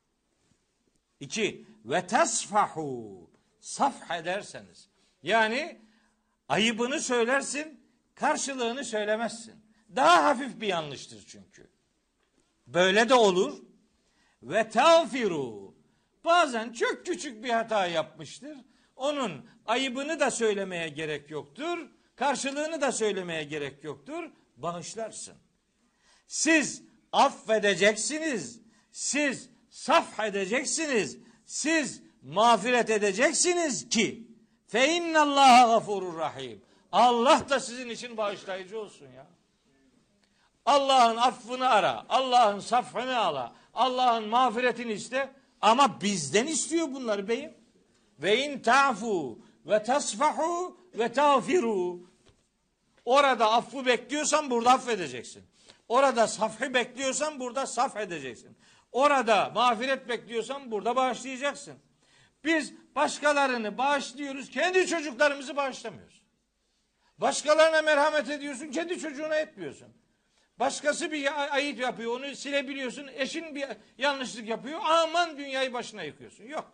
2. Ve tasfahu, safh ederseniz. Yani ayıbını söylersin, karşılığını söylemezsin. Daha hafif bir yanlıştır çünkü. Böyle de olur. Ve tağfiru, bazen çok küçük bir hata yapmıştır. Onun ayıbını da söylemeye gerek yoktur. Karşılığını da söylemeye gerek yoktur. Bağışlarsın. Siz affedeceksiniz. Siz safh edeceksiniz. Siz mağfiret edeceksiniz ki fe innallaha gafurur rahim. Allah da sizin için bağışlayıcı olsun ya. Allah'ın affını ara. Allah'ın safhını ala. Allah'ın mağfiretini iste. Ama bizden istiyor bunları beyim. Ve in ta'fu ve tasfahu ve tağfiru. Orada affı bekliyorsan burada affedeceksin. Orada safhı bekliyorsan burada saf edeceksin. Orada mağfiret bekliyorsan burada bağışlayacaksın. Biz başkalarını bağışlıyoruz, kendi çocuklarımızı bağışlamıyoruz. Başkalarına merhamet ediyorsun, kendi çocuğuna etmiyorsun. Başkası bir ayıp yapıyor, onu silebiliyorsun. Eşin bir yanlışlık yapıyor, aman dünyayı başına yıkıyorsun. Yok.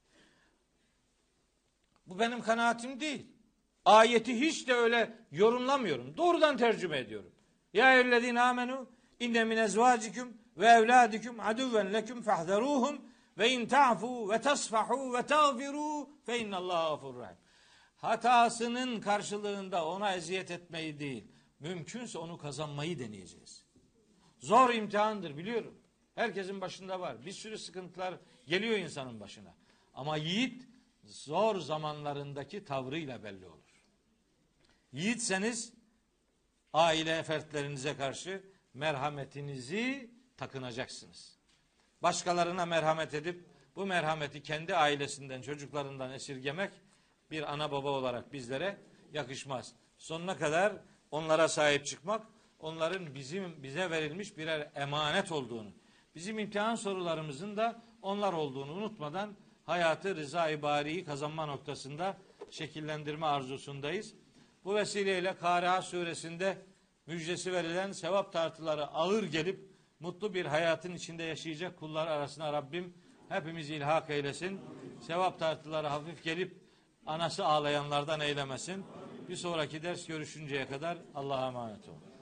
Bu benim kanaatim değil. Ayeti hiç de öyle yorumlamıyorum. Doğrudan tercüme ediyorum. Ya eyyühellezine amenu inne min ezvacikum ve evladikum aduven leküm fahzeruhum ve in ta'fu ve tasfahu ve tağfiru fe innallaha gafurur rahim. Hatasının karşılığında ona eziyet etmeyi değil, mümkünse onu kazanmayı deneyeceğiz. Zor imtihandır biliyorum. Herkesin başında var. Bir sürü sıkıntılar geliyor insanın başına. Ama yiğit zor zamanlarındaki tavrıyla belli olur. Yiğitseniz aile fertlerinize karşı merhametinizi takınacaksınız. Başkalarına merhamet edip bu merhameti kendi ailesinden, çocuklarından esirgemek bir ana baba olarak bizlere yakışmaz. Sonuna kadar onlara sahip çıkmak, onların bize verilmiş birer emanet olduğunu, bizim imtihan sorularımızın da onlar olduğunu unutmadan hayatı rıza-i bariyi kazanma noktasında şekillendirme arzusundayız. Bu vesileyle Kâri'a suresinde müjdesi verilen sevap tartıları ağır gelip mutlu bir hayatın içinde yaşayacak kullar arasına Rabbim hepimizi ilhak eylesin. Sevap tartıları hafif gelip anası ağlayanlardan eylemesin. Bir sonraki ders görüşünceye kadar Allah'a emanet olun.